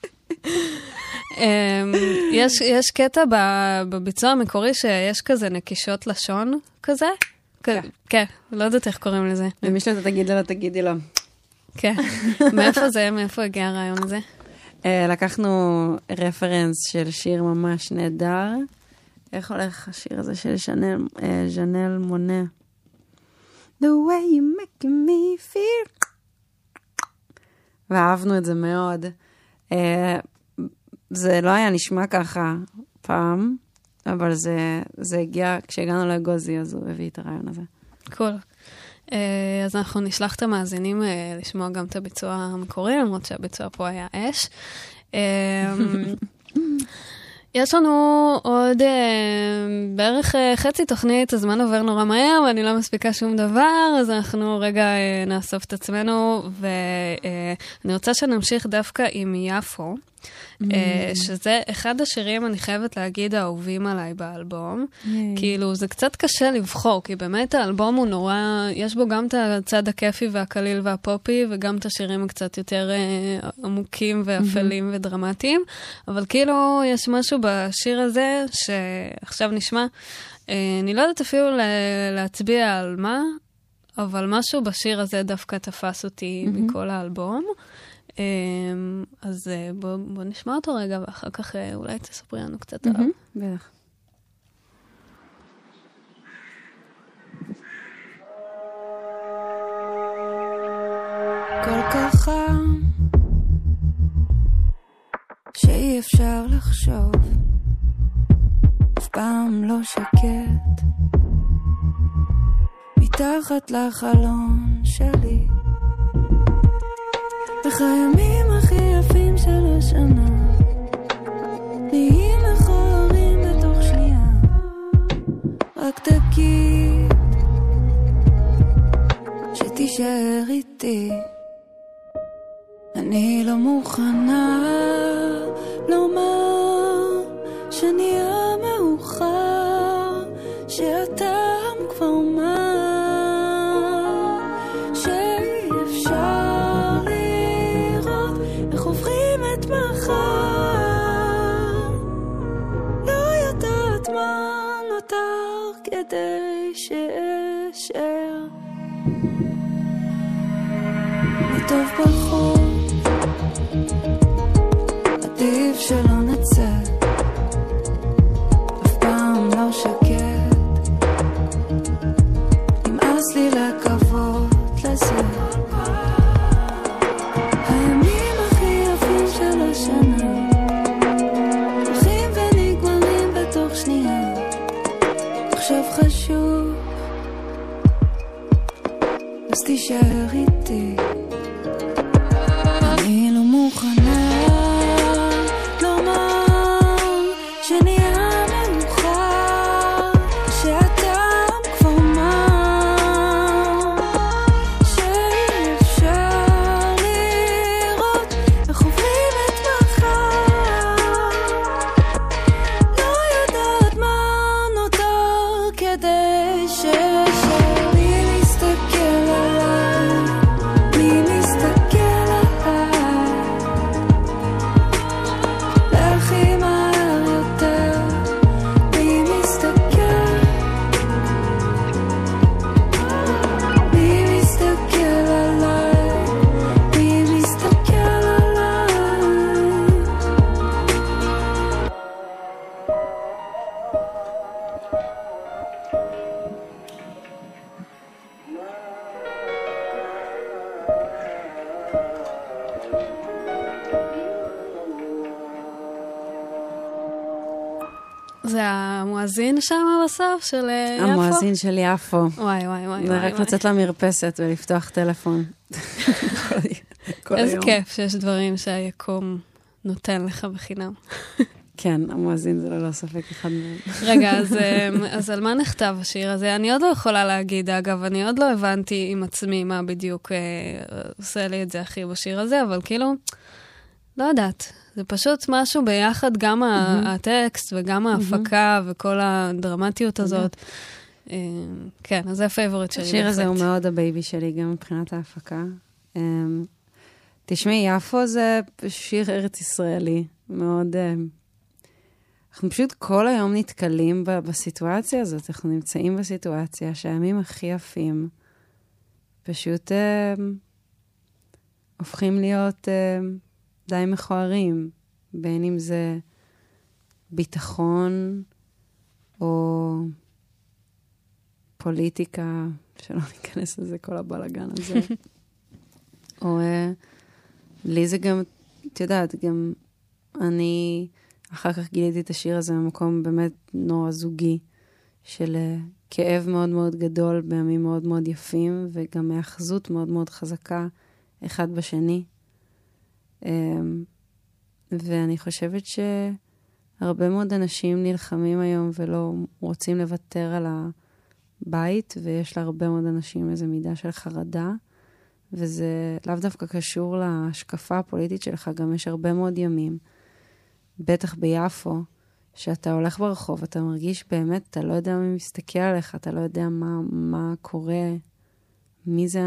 Speaker 3: יש קטע בביצוע המקורי שיש כזה נקישות לשון כזה. כן, לא יודעת איך קוראים לזה.
Speaker 4: למי שאתה תגיד לה, תגידי לה.
Speaker 3: כן. מאיפה זה? מאיפה הגיע הרעיון הזה?
Speaker 4: לקחנו רפרנס של שיר ממש נהדר. איך הולך השיר הזה של ז'נל מונה? The way you make me feel. ואהבנו את זה מאוד. זה לא היה נשמע ככה פעם, אבל זה הגיע, כשהגענו לאגוזי, אז הוא הביא את הרעיון הזה.
Speaker 3: קול. אז אנחנו נשלח את המאזינים לשמוע גם את הביצוע המקורי, למרות שהביצוע פה היה אש. יש לנו עוד בערך חצי תוכנית, הזמן עובר נורא מהר, ואני לא מספיקה שום דבר, אז אנחנו רגע נאסוף את עצמנו, ואני רוצה שנמשיך דווקא עם יפו, שזה אחד השירים, אני חייבת להגיד, האהובים עליי באלבום. כאילו, זה קצת קשה לבחור, כי באמת האלבום הוא נורא, יש בו גם את הצד הכיפי והקליל והפופי, וגם את השירים הקצת יותר עמוקים ואפלים ודרמטיים, אבל כאילו, יש משהו בשיר הזה, שעכשיו נשמע, אני לא יודעת אפילו להצביע על מה, אבל משהו בשיר הזה דווקא תפס אותי מכל האלבום. אז בוא נשמע אותו רגע, ואחר כך אולי תספרי לנו קצת עליו.
Speaker 4: בטח.
Speaker 5: כל כך חם שאי אפשר לחשוב, אף פעם לא שקט מתחת לחלון שלי, איך הימים הכי יפים של השנה נהיים מכוערים בתוך שנייה. רק תגיד שתישאר איתי, אני לא מוכנה לומר שנהיה מאוחר, שהטעם כבר מה שאי אפשר לראות איך עוברים את מחר. לא יודעת מה נותר כדי שאשאר, טוב פחות, עדיף שלא נצא, אף פעם לא שקט, נמאס לי לקוות לזה. הימים הכי יפים של השנה הולכים ונגמרים בתוך שנייה. עכשיו חשוב, אז תישאר איתי. אני לא מוכנה לומר שנהיה מאוחר, שהטעם כבר מר, שאי אפשר לראות איך עוברים את מחר. לא יודעת מה נותר כדי שאפשר לי להסתכל עליי, לי להסתכל עליי, להכי מהר יותר, לי להסתכל, לי להסתכל עליי, לי להסתכל עליי.
Speaker 3: זה המואזין שם בסוף של יפו?
Speaker 4: המואזין של יפו.
Speaker 3: וואי, וואי, וואי.
Speaker 4: זה רק לצאת למרפסת ולפתוח טלפון. כל
Speaker 3: איזה
Speaker 4: היום.
Speaker 3: כיף שיש דברים שהיקום נותן לך בחינם.
Speaker 4: כן, המואזין זה ללא ספק אחד מהם.
Speaker 3: רגע, אז על מה נכתב השיר הזה? אני עוד לא יכולה להגיד, אגב, אני עוד לא הבנתי עם עצמי מה בדיוק עושה לי את זה הכי בשיר הזה, אבל כאילו, לא יודעת. זה פשוט משהו ביחד, גם הטקסט וגם ההפקה וכל הדרמטיות הזאת. כן, אז זה הפייבוריט שלי.
Speaker 4: השיר הזה הוא מאוד הבייבי שלי, גם מבחינת ההפקה. תשמעי, יפו זה שיר ארץ ישראלי, מאוד... אנחנו פשוט כל היום נתקלים בסיטואציה הזאת, אנחנו נמצאים בסיטואציה שהימים הכי יפים פשוט הופכים להיות די מכוערים, בין אם זה ביטחון או פוליטיקה, שלא ניכנס לזה כל הבלגן הזה. או לי זה גם, את יודעת, גם אני אחר כך גיליתי את השיר הזה במקום באמת נורא זוגי, של כאב מאוד מאוד גדול בימים מאוד מאוד יפים, וגם מאחזות מאוד מאוד חזקה אחד בשני. ואני חושבת שהרבה מאוד אנשים נלחמים היום ולא רוצים לוותר על הבית, ויש להרבה מאוד אנשים איזו מידה של חרדה, וזה לאו דווקא קשור להשקפה הפוליטית שלך, גם יש הרבה מאוד ימים, בטח ביפו, שאתה הולך ברחוב, אתה מרגיש באמת, אתה לא יודע מי מסתכל עליך, אתה לא יודע מה קורה, מי זה,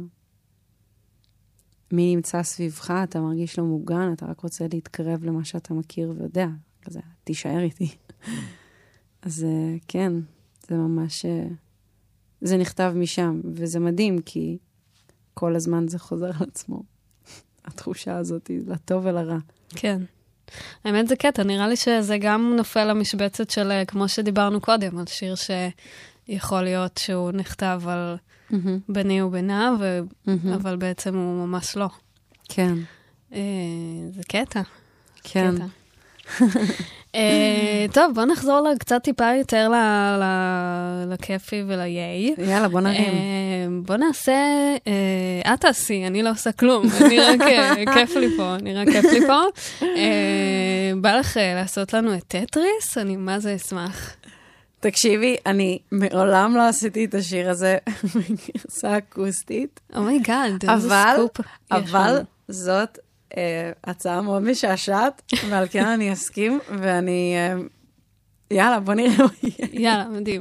Speaker 4: מי נמצא סביבך, אתה מרגיש לא מוגן, אתה רק רוצה להתקרב למה שאתה מכיר ויודע, כזה, תישאר איתי. אז כן, זה ממש, זה נכתב משם, וזה מדהים, כי כל הזמן זה חוזר על עצמו. התחושה הזאת היא לטוב ולרע.
Speaker 3: כן. האמת זה קטע, נראה לי שזה גם נופל למשבצת של, כמו שדיברנו קודם, על שיר שיכול להיות שהוא נכתב על בני ובינה, אבל בעצם הוא ממש לא.
Speaker 4: כן.
Speaker 3: זה קטע.
Speaker 4: כן.
Speaker 3: טוב, בוא נחזור קצת טיפה יותר לכיפי וליי.
Speaker 4: יאללה, בוא נרים.
Speaker 3: בוא נעשה, את תעשי, אני לא עושה כלום, אני רק כיף לי פה, בא לך לעשות לנו את טטריס? אני מה זה אשמח.
Speaker 4: תקשיבי, אני מעולם לא עשיתי את השיר הזה בגרסה אקוסטית.
Speaker 3: אומייגאד, איזה סקופ.
Speaker 4: אבל זאת הצעה מאוד משעשעת, ועל כן אני אסכים, ואני... יאללה, בוא נראה מה יהיה.
Speaker 3: יאללה, מדהים.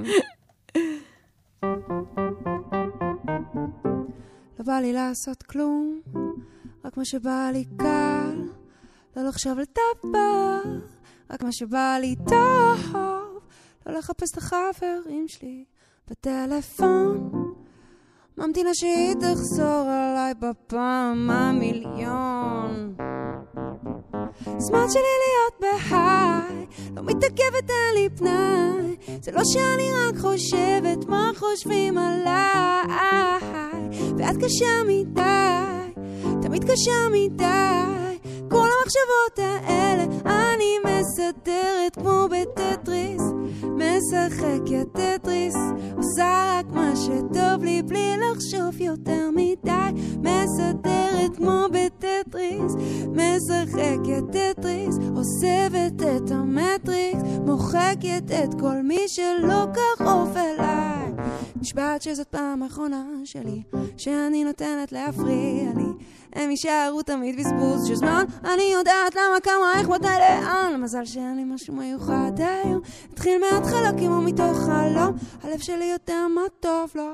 Speaker 5: לא בא לי לעשות כלום, רק מה שבא לי קל, לא לחשוב על דבר, רק מה שבא לי טוב, לא לחפש את החברים שלי בטלפון, ממתינה שהיא תחזור עליי בפעם המיליון. זמן שלי להיות בהיי, לא מתעכבת אין לי פנאי, זה לא שאני רק חושבת מה חושבים עליי, ואת קשה מדי, תמיד קשה מדי, כל המחשבות האלה אני מסדרת כמו בטטריס, משחקת טטריס, עושה רק מה שטוב לי בלי לחשוב יותר מדי, מסדרת כמו בטטריס, משחקת טטריס, עוזבת את המטריקס, מוחקת את כל מי שלא קרוב אליי, נשבעת שזאת פעם האחרונה שלי שאני נותנת להפריע לי, הם יישארו תמיד בזבוז של זמן, אני יודעת למה, כמה, איך, מתי, לאן, מזל שאין לי משהו מיוחד היום, התחיל מההתחלה כמו מתוך חלום, הלב שלי יודע מה טוב לו,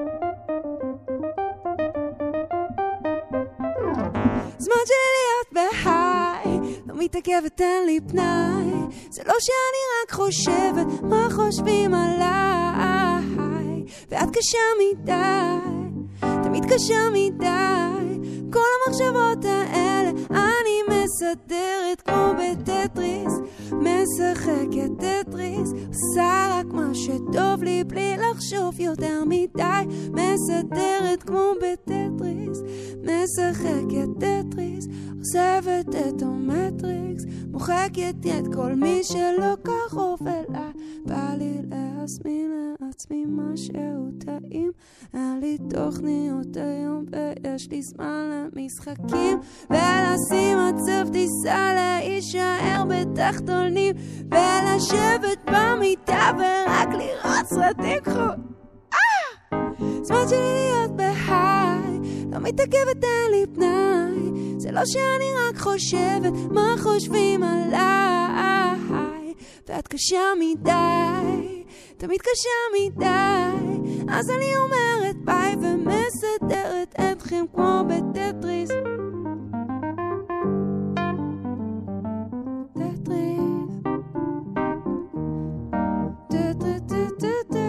Speaker 5: זמן שלי להיות בהיי, לא מתעכבת אין לי פנאי, זה לא שאני רק חושבת מה חושבים עליי, ואת קשה מדי, תמיד קשה מדי, כל המחשבות האלה אני מסדרת כמו בטטריס, משחקת טטריס, עושה רק מה שטוב לי בלי לחשוב יותר מדי, מסדרת כמו בטטריס, משחקת טטריס, עוזבת את המטריקס, מוחקת את כל מי שלא קרוב אליי, בא לי להזמין לעצמי משהו טעים, אין לי תוכניות היום ויש לי זמן למשחקים, ולשים עצב טיסה להישאר בתחתונים, ולשבת במיטה ורק לראות סרטים זמן שלי להיות בהיי, לא מתעכבת אין לי פנאי, זה לא שאני רק חושבת מה חושבים עליי, ואת קשה מדי, תמיד קשה מדי, אז אני אומרת ביי ומסדרת אתכם כמו בטטריס, טטריס, טטטטטטט,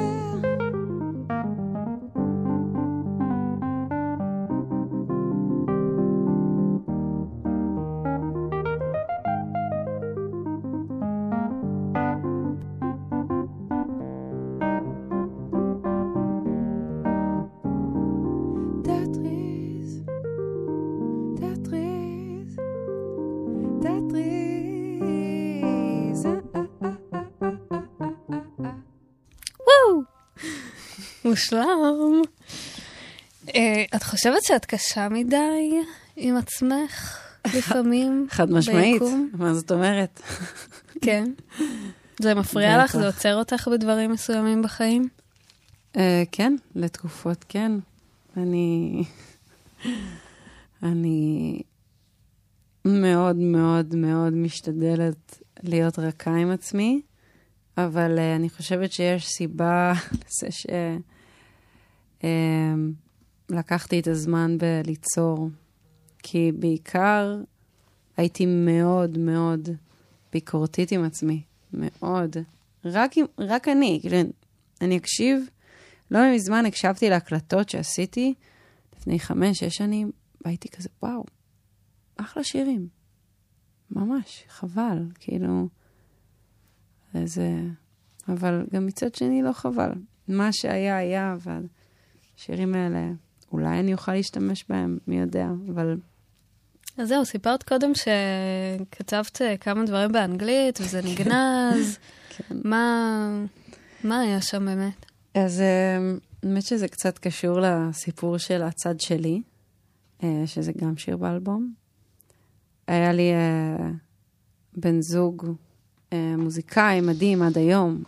Speaker 3: מושלם. את חושבת שאת קשה מדי עם עצמך לפעמים?
Speaker 4: חד משמעית,
Speaker 3: ביקום?
Speaker 4: מה זאת אומרת?
Speaker 3: כן. זה מפריע לך? זה עוצר אותך בדברים מסוימים בחיים?
Speaker 4: כן, לתקופות כן. אני מאוד מאוד מאוד משתדלת להיות רכה עם עצמי, אבל אני חושבת שיש סיבה לזה לקחתי את הזמן בליצור, כי בעיקר הייתי מאוד מאוד ביקורתית עם עצמי, מאוד. רק אני, כאילו, אני אקשיב, לא מזמן הקשבתי להקלטות שעשיתי לפני 5-6 שנים, והייתי כזה, וואו, אחלה שירים. ממש, חבל, כאילו, אבל גם מצד שני לא חבל. מה שהיה היה, אבל השירים האלה, אולי אני אוכל להשתמש בהם, מי יודע, אבל...
Speaker 3: אז זהו, סיפרת קודם שכתבת כמה דברים באנגלית, וזה נגנז.
Speaker 4: כן.
Speaker 3: מה היה שם באמת?
Speaker 4: אז באמת שזה קצת קשור לסיפור של הצד שלי, שזה גם שיר באלבום. היה לי בן זוג מוזיקאי מדהים עד היום,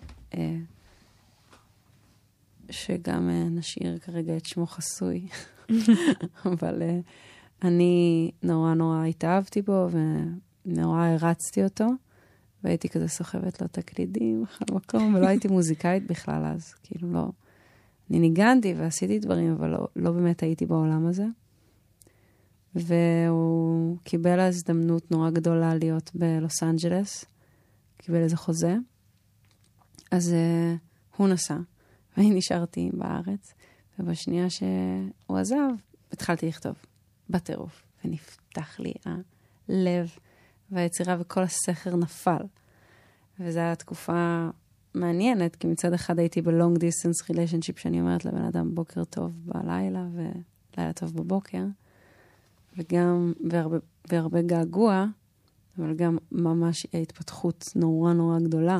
Speaker 4: שגם נשאיר כרגע את שמו חסוי. אבל אני נורא נורא התאהבתי בו, ונורא הרצתי אותו, והייתי כזה סוחבת לו תקלידים בכל מקום, ולא הייתי מוזיקאית בכלל אז, כאילו לא. אני ניגנתי ועשיתי דברים, אבל לא באמת הייתי בעולם הזה. והוא קיבל הזדמנות נורא גדולה להיות בלוס אנג'לס, קיבל איזה חוזה, אז הוא נסע, ואני נשארתי בארץ, ובשנייה שהוא עזב, התחלתי לכתוב בטירוף, ונפתח לי הלב, והיצירה וכל הסכר נפל. וזו הייתה תקופה מעניינת, כי מצד אחד הייתי ב-long distance relationship, שאני אומרת לבן אדם בוקר טוב בלילה, ולילה טוב בבוקר, וגם, והרבה געגוע, אבל גם ממש התפתחות נורא נורא גדולה.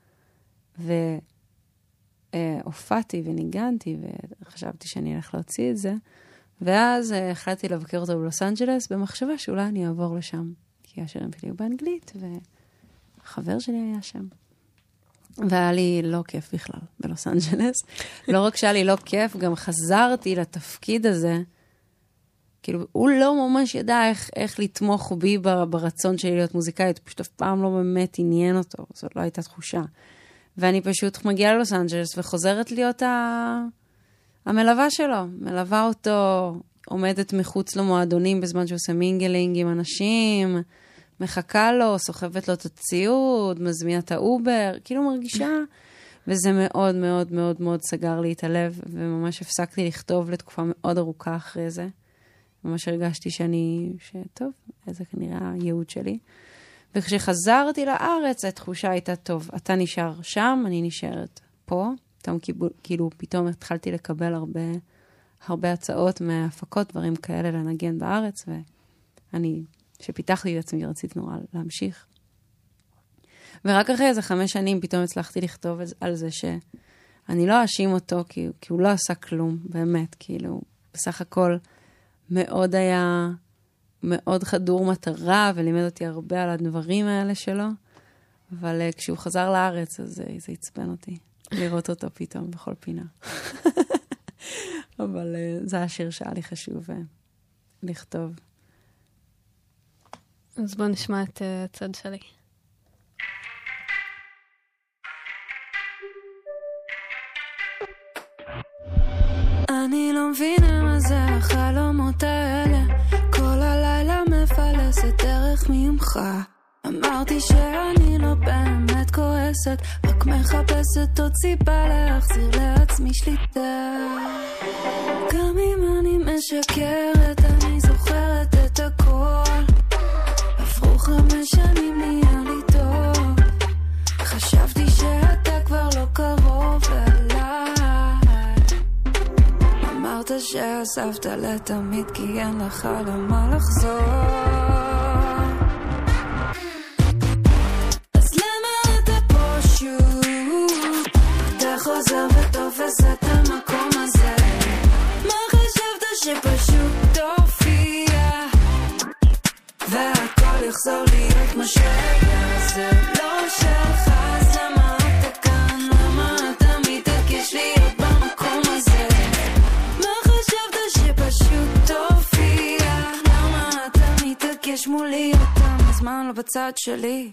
Speaker 4: והופעתי וניגנתי, וחשבתי שאני אלך להוציא את זה, ואז החלטתי לבקר אותו בלוס אנג'לס, במחשבה שאולי אני אעבור לשם, כי השירים שלי היו באנגלית, והחבר שלי היה שם. והיה לי לא כיף בכלל בלוס אנג'לס. לא רק שהיה לי לא כיף, גם חזרתי לתפקיד הזה, כאילו, הוא לא ממש ידע איך לתמוך בי ברצון שלי להיות מוזיקאית, פשוט אף פעם לא באמת עניין אותו, זאת לא הייתה תחושה. ואני פשוט מגיעה ללוס אנג'לס וחוזרת להיות המלווה שלו, מלווה אותו, עומדת מחוץ למועדונים בזמן שהוא עושה מינגלינג עם אנשים, מחכה לו, סוחבת לו את הציוד, מזמינה את האובר, כאילו מרגישה, וזה מאוד מאוד מאוד מאוד סגר לי את הלב, וממש הפסקתי לכתוב לתקופה מאוד ארוכה אחרי זה. ממש הרגשתי שטוב, זה כנראה הייעוד שלי. וכשחזרתי לארץ, התחושה הייתה טוב, אתה נשאר שם, אני נשארת פה. כאילו פתאום התחלתי לקבל הרבה הצעות מהפקות, דברים כאלה לנגן בארץ, ואני, שפיתחתי את עצמי, רציתי נורא להמשיך. ורק אחרי איזה 5 שנים פתאום הצלחתי לכתוב על זה שאני לא אאשים אותו, כי הוא לא עשה כלום, באמת, כאילו, בסך הכל מאוד חדור מטרה, ולימד אותי הרבה על הדברים האלה שלו, אבל כשהוא חזר לארץ, אז זה עצבן אותי, לראות אותו פתאום בכל פינה. אבל זה השיר שהיה לי חשוב לכתוב.
Speaker 3: אז בוא נשמע את הצד שלי.
Speaker 5: אני לא מבינה מה זה החלומות האלה, כל הלילה מפלסת דרך ממך. אמרתי שאני לא באמת כועסת, רק מחפשת עוד סיבה להחזיר לעצמי שליטה. גם אם אני משקרת, אני זוכרת את הכל. עברו 5 שנים, נהיה לי טוב. חשבתי שאתה כבר לא קרוב אליי. אמרת שעזבת לתמיד, כי אין לך למה לחזור. חוזר ותופס את המקום הזה. מה חשבת שפשוט תופיע והכל יחזור להיות כמו שהיה? זה לא שלך, אז למה אתה כאן? למה אתה מתעקש להיות במקום הזה? מה חשבת שפשוט תופיע? למה אתה מתעקש מולי? אתה מזמן לא בצד שלי.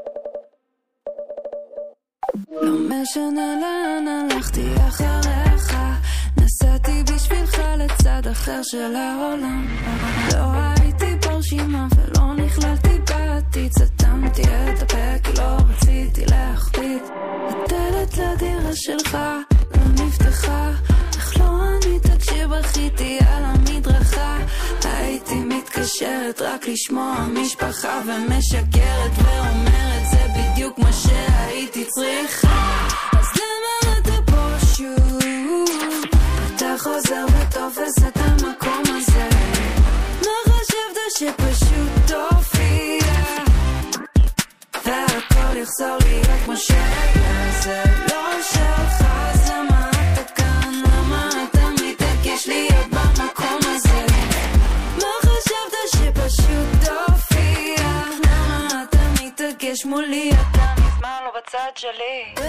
Speaker 5: לא משנה לאן הלכתי אחריך, נסעתי בשבילך לצד אחר של העולם. לא הייתי ברשימה ולא נכללתי בעתיד, סתמתי את הפה כי לא רציתי להכביד. הדלת לדירה שלך לא נפתחה, איך לא ענית כשבכיתי על המדרכה. הייתי מתקשרת רק לשמוע משפחה, ומשקרת ואומרת זה בדיוק מה שהייתי צריכה. אז למה אתה פה שוב? אתה חוזר ותופס את המקום הזה. מה חשבת שפשוט תופיע והכל יחזור להיות כמו שהיה? זה לא שלך, אז למה אתה כאן? למה אתה מתעקש להיות במקום הזה? מה חשבת שפשוט תופיע? למה אתה מתעקש מולי? אתה מזמן לא בצד שלי.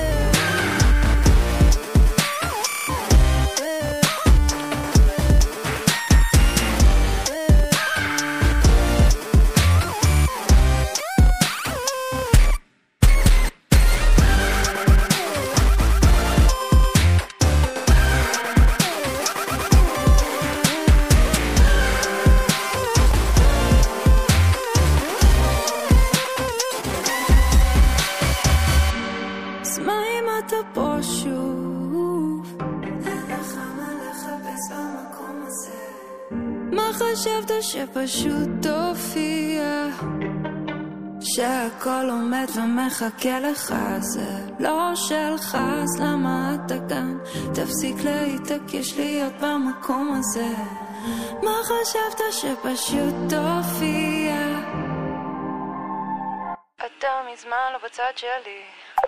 Speaker 5: חשבת שפשוט תופיע, שהכל עומד ומחכה לך, זה לא שלך, אז למה אתה כאן? תפסיק להתעקש להיות במקום הזה. מה חשבת שפשוט תופיע? אתה מזמן לא בצד שלי.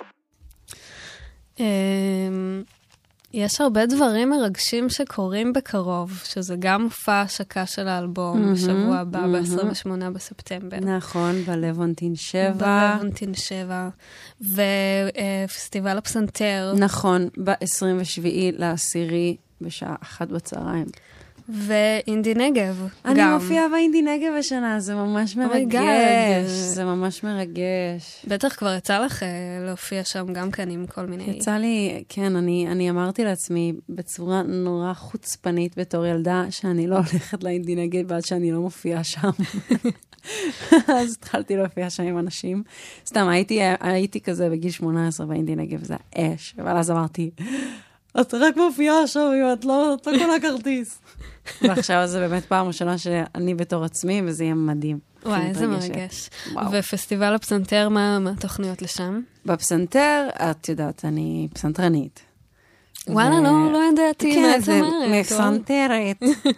Speaker 3: יש הרבה דברים מרגשים שקורים בקרוב, שזה גם מופע השקה של האלבום בשבוע הבא, ב-28 בספטמבר.
Speaker 4: נכון, בלוונטין 7.
Speaker 3: בלוונטין 7, ופסטיבל הפסנתר.
Speaker 4: נכון, ב-27 ל10 בשעה 1 בצהריים.
Speaker 3: ואינדי נגב
Speaker 4: אני
Speaker 3: גם.
Speaker 4: מופיעה באינדי נגב השנה, זה ממש מרגש. זה ממש מרגש.
Speaker 3: בטח כבר יצא לך להופיע שם גם כאן עם כל מיני...
Speaker 4: יצא לי, כן, אני אמרתי לעצמי בצורה נורא חוצפנית בתור ילדה, שאני לא הולכת לאינדי נגב עד שאני לא מופיעה שם. אז התחלתי להופיע שם עם אנשים. סתם, הייתי כזה בגיל 18 באינדי נגב, זה אש. אבל אז אמרתי, את רק מופיעה עכשיו, אם את לא קונה כרטיס. ועכשיו זה באמת פעם ראשונה שאני בתור עצמי, וזה יהיה מדהים.
Speaker 3: וואי, איזה מרגש. ופסטיבל הפסנתר, מה התוכניות לשם?
Speaker 4: בפסנתר, את יודעת, אני פסנתרנית.
Speaker 3: וואלה, לא ידעתי מה את אומרת.
Speaker 4: כן, זה מפסנתרת.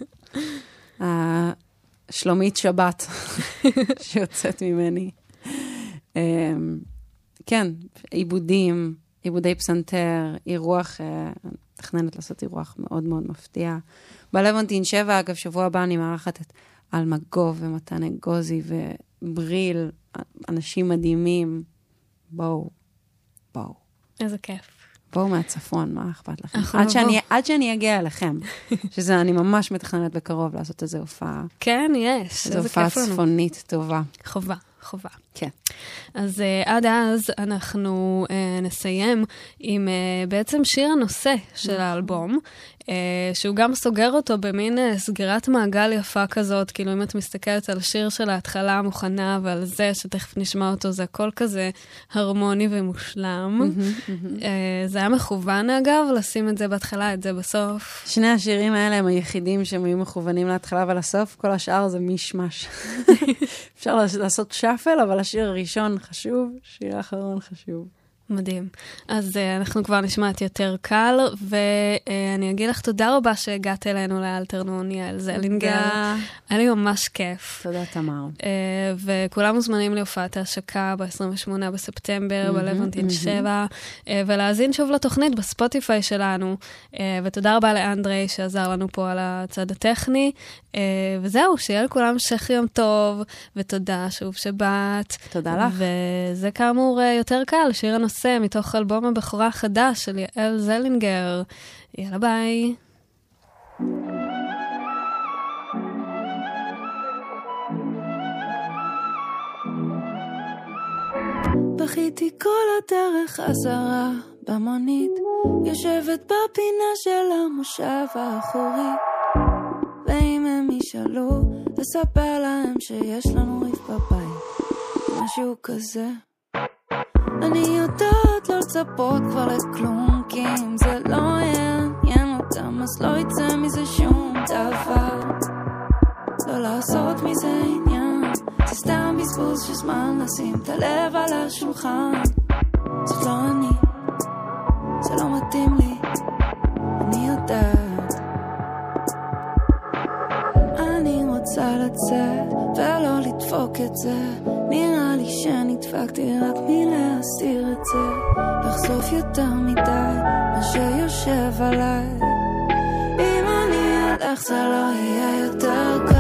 Speaker 4: שלומית שבת, שיוצאת ממני. כן, עיבודי פסנתר, אירוח, תכננת לעשות אירוח מאוד מאוד מפתיע. בלוונטין 7, אגב, שבוע הבא אני מארחת את אלמגוב ומתן אגוזי ובריל, אנשים מדהימים. בואו.
Speaker 3: איזה כיף.
Speaker 4: בואו מהצפון, מה אכפת לכם? עד שאני אגיע אליכם, שזה אני ממש מתכננת בקרוב לעשות איזו הופעה.
Speaker 3: כן, יש.
Speaker 4: איזו הופעה צפונית טובה.
Speaker 3: חובה.
Speaker 4: כן.
Speaker 3: אז עד אז אנחנו נסיים עם בעצם שיר הנושא של האלבום, שהוא גם סוגר אותו במין סגירת מעגל יפה כזאת, כאילו אם את מסתכלת על שיר של ההתחלה המוכנה ועל זה שתכף נשמע אותו, זה הכל כזה הרמוני ומושלם. זה היה מכוון אגב, לשים את זה בהתחלה, את זה בסוף.
Speaker 4: שני השירים האלה הם היחידים שהם היו מכוונים להתחלה ולסוף, כל השאר זה מישמש. אפשר לעשות שפל, אבל השיר הראשון חשוב, שיר האחרון חשוב.
Speaker 3: מדהים. אז אנחנו כבר נשמע את יותר קל, ואני אגיד לך תודה רבה שהגעת אלינו לאלתרנון, יעל זלינגר. היה לי ממש כיף.
Speaker 4: תודה, תמר.
Speaker 3: וכולם מוזמנים להופעת ההשקה ב-28 בספטמבר, בלוונטין 7, ולהאזין שוב לתוכנית בספוטיפיי שלנו. ותודה רבה לאנדרי שעזר לנו פה על הצד הטכני. וזהו, שיהיה לכולם המשך יום טוב, ותודה שוב שבאת.
Speaker 4: תודה לך.
Speaker 3: וזה כאמור יותר קל, שיר הנושא מתוך אלבום הבכורה החדש של יעל זלינגר. יאללה ביי.
Speaker 5: בכיתי כל הדרך חזרה במונית, יושבת בפינה של המושב האחורי, ואם הם ישאלו, לספר להם שיש לנו ריב בבית, משהו כזה. אני יודעת לא לצפות כבר לכלום, כי אם זה לא יעניין אותם, אז לא יצא מזה שום דבר. לא לעשות מזה עניין, זה סתם בזבוז של זמן, לשים את הלב על השולחן. זאת לא אני, זה לא מתאים לי, אני יודעת. אני רוצה לצאת ולא לדפוק את זה, נראה לי שנדפקתי רק מלהסתיר את זה, לחשוף יותר מדי מה שיושב עליי. אם אני אלך זה לא יהיה יותר קל.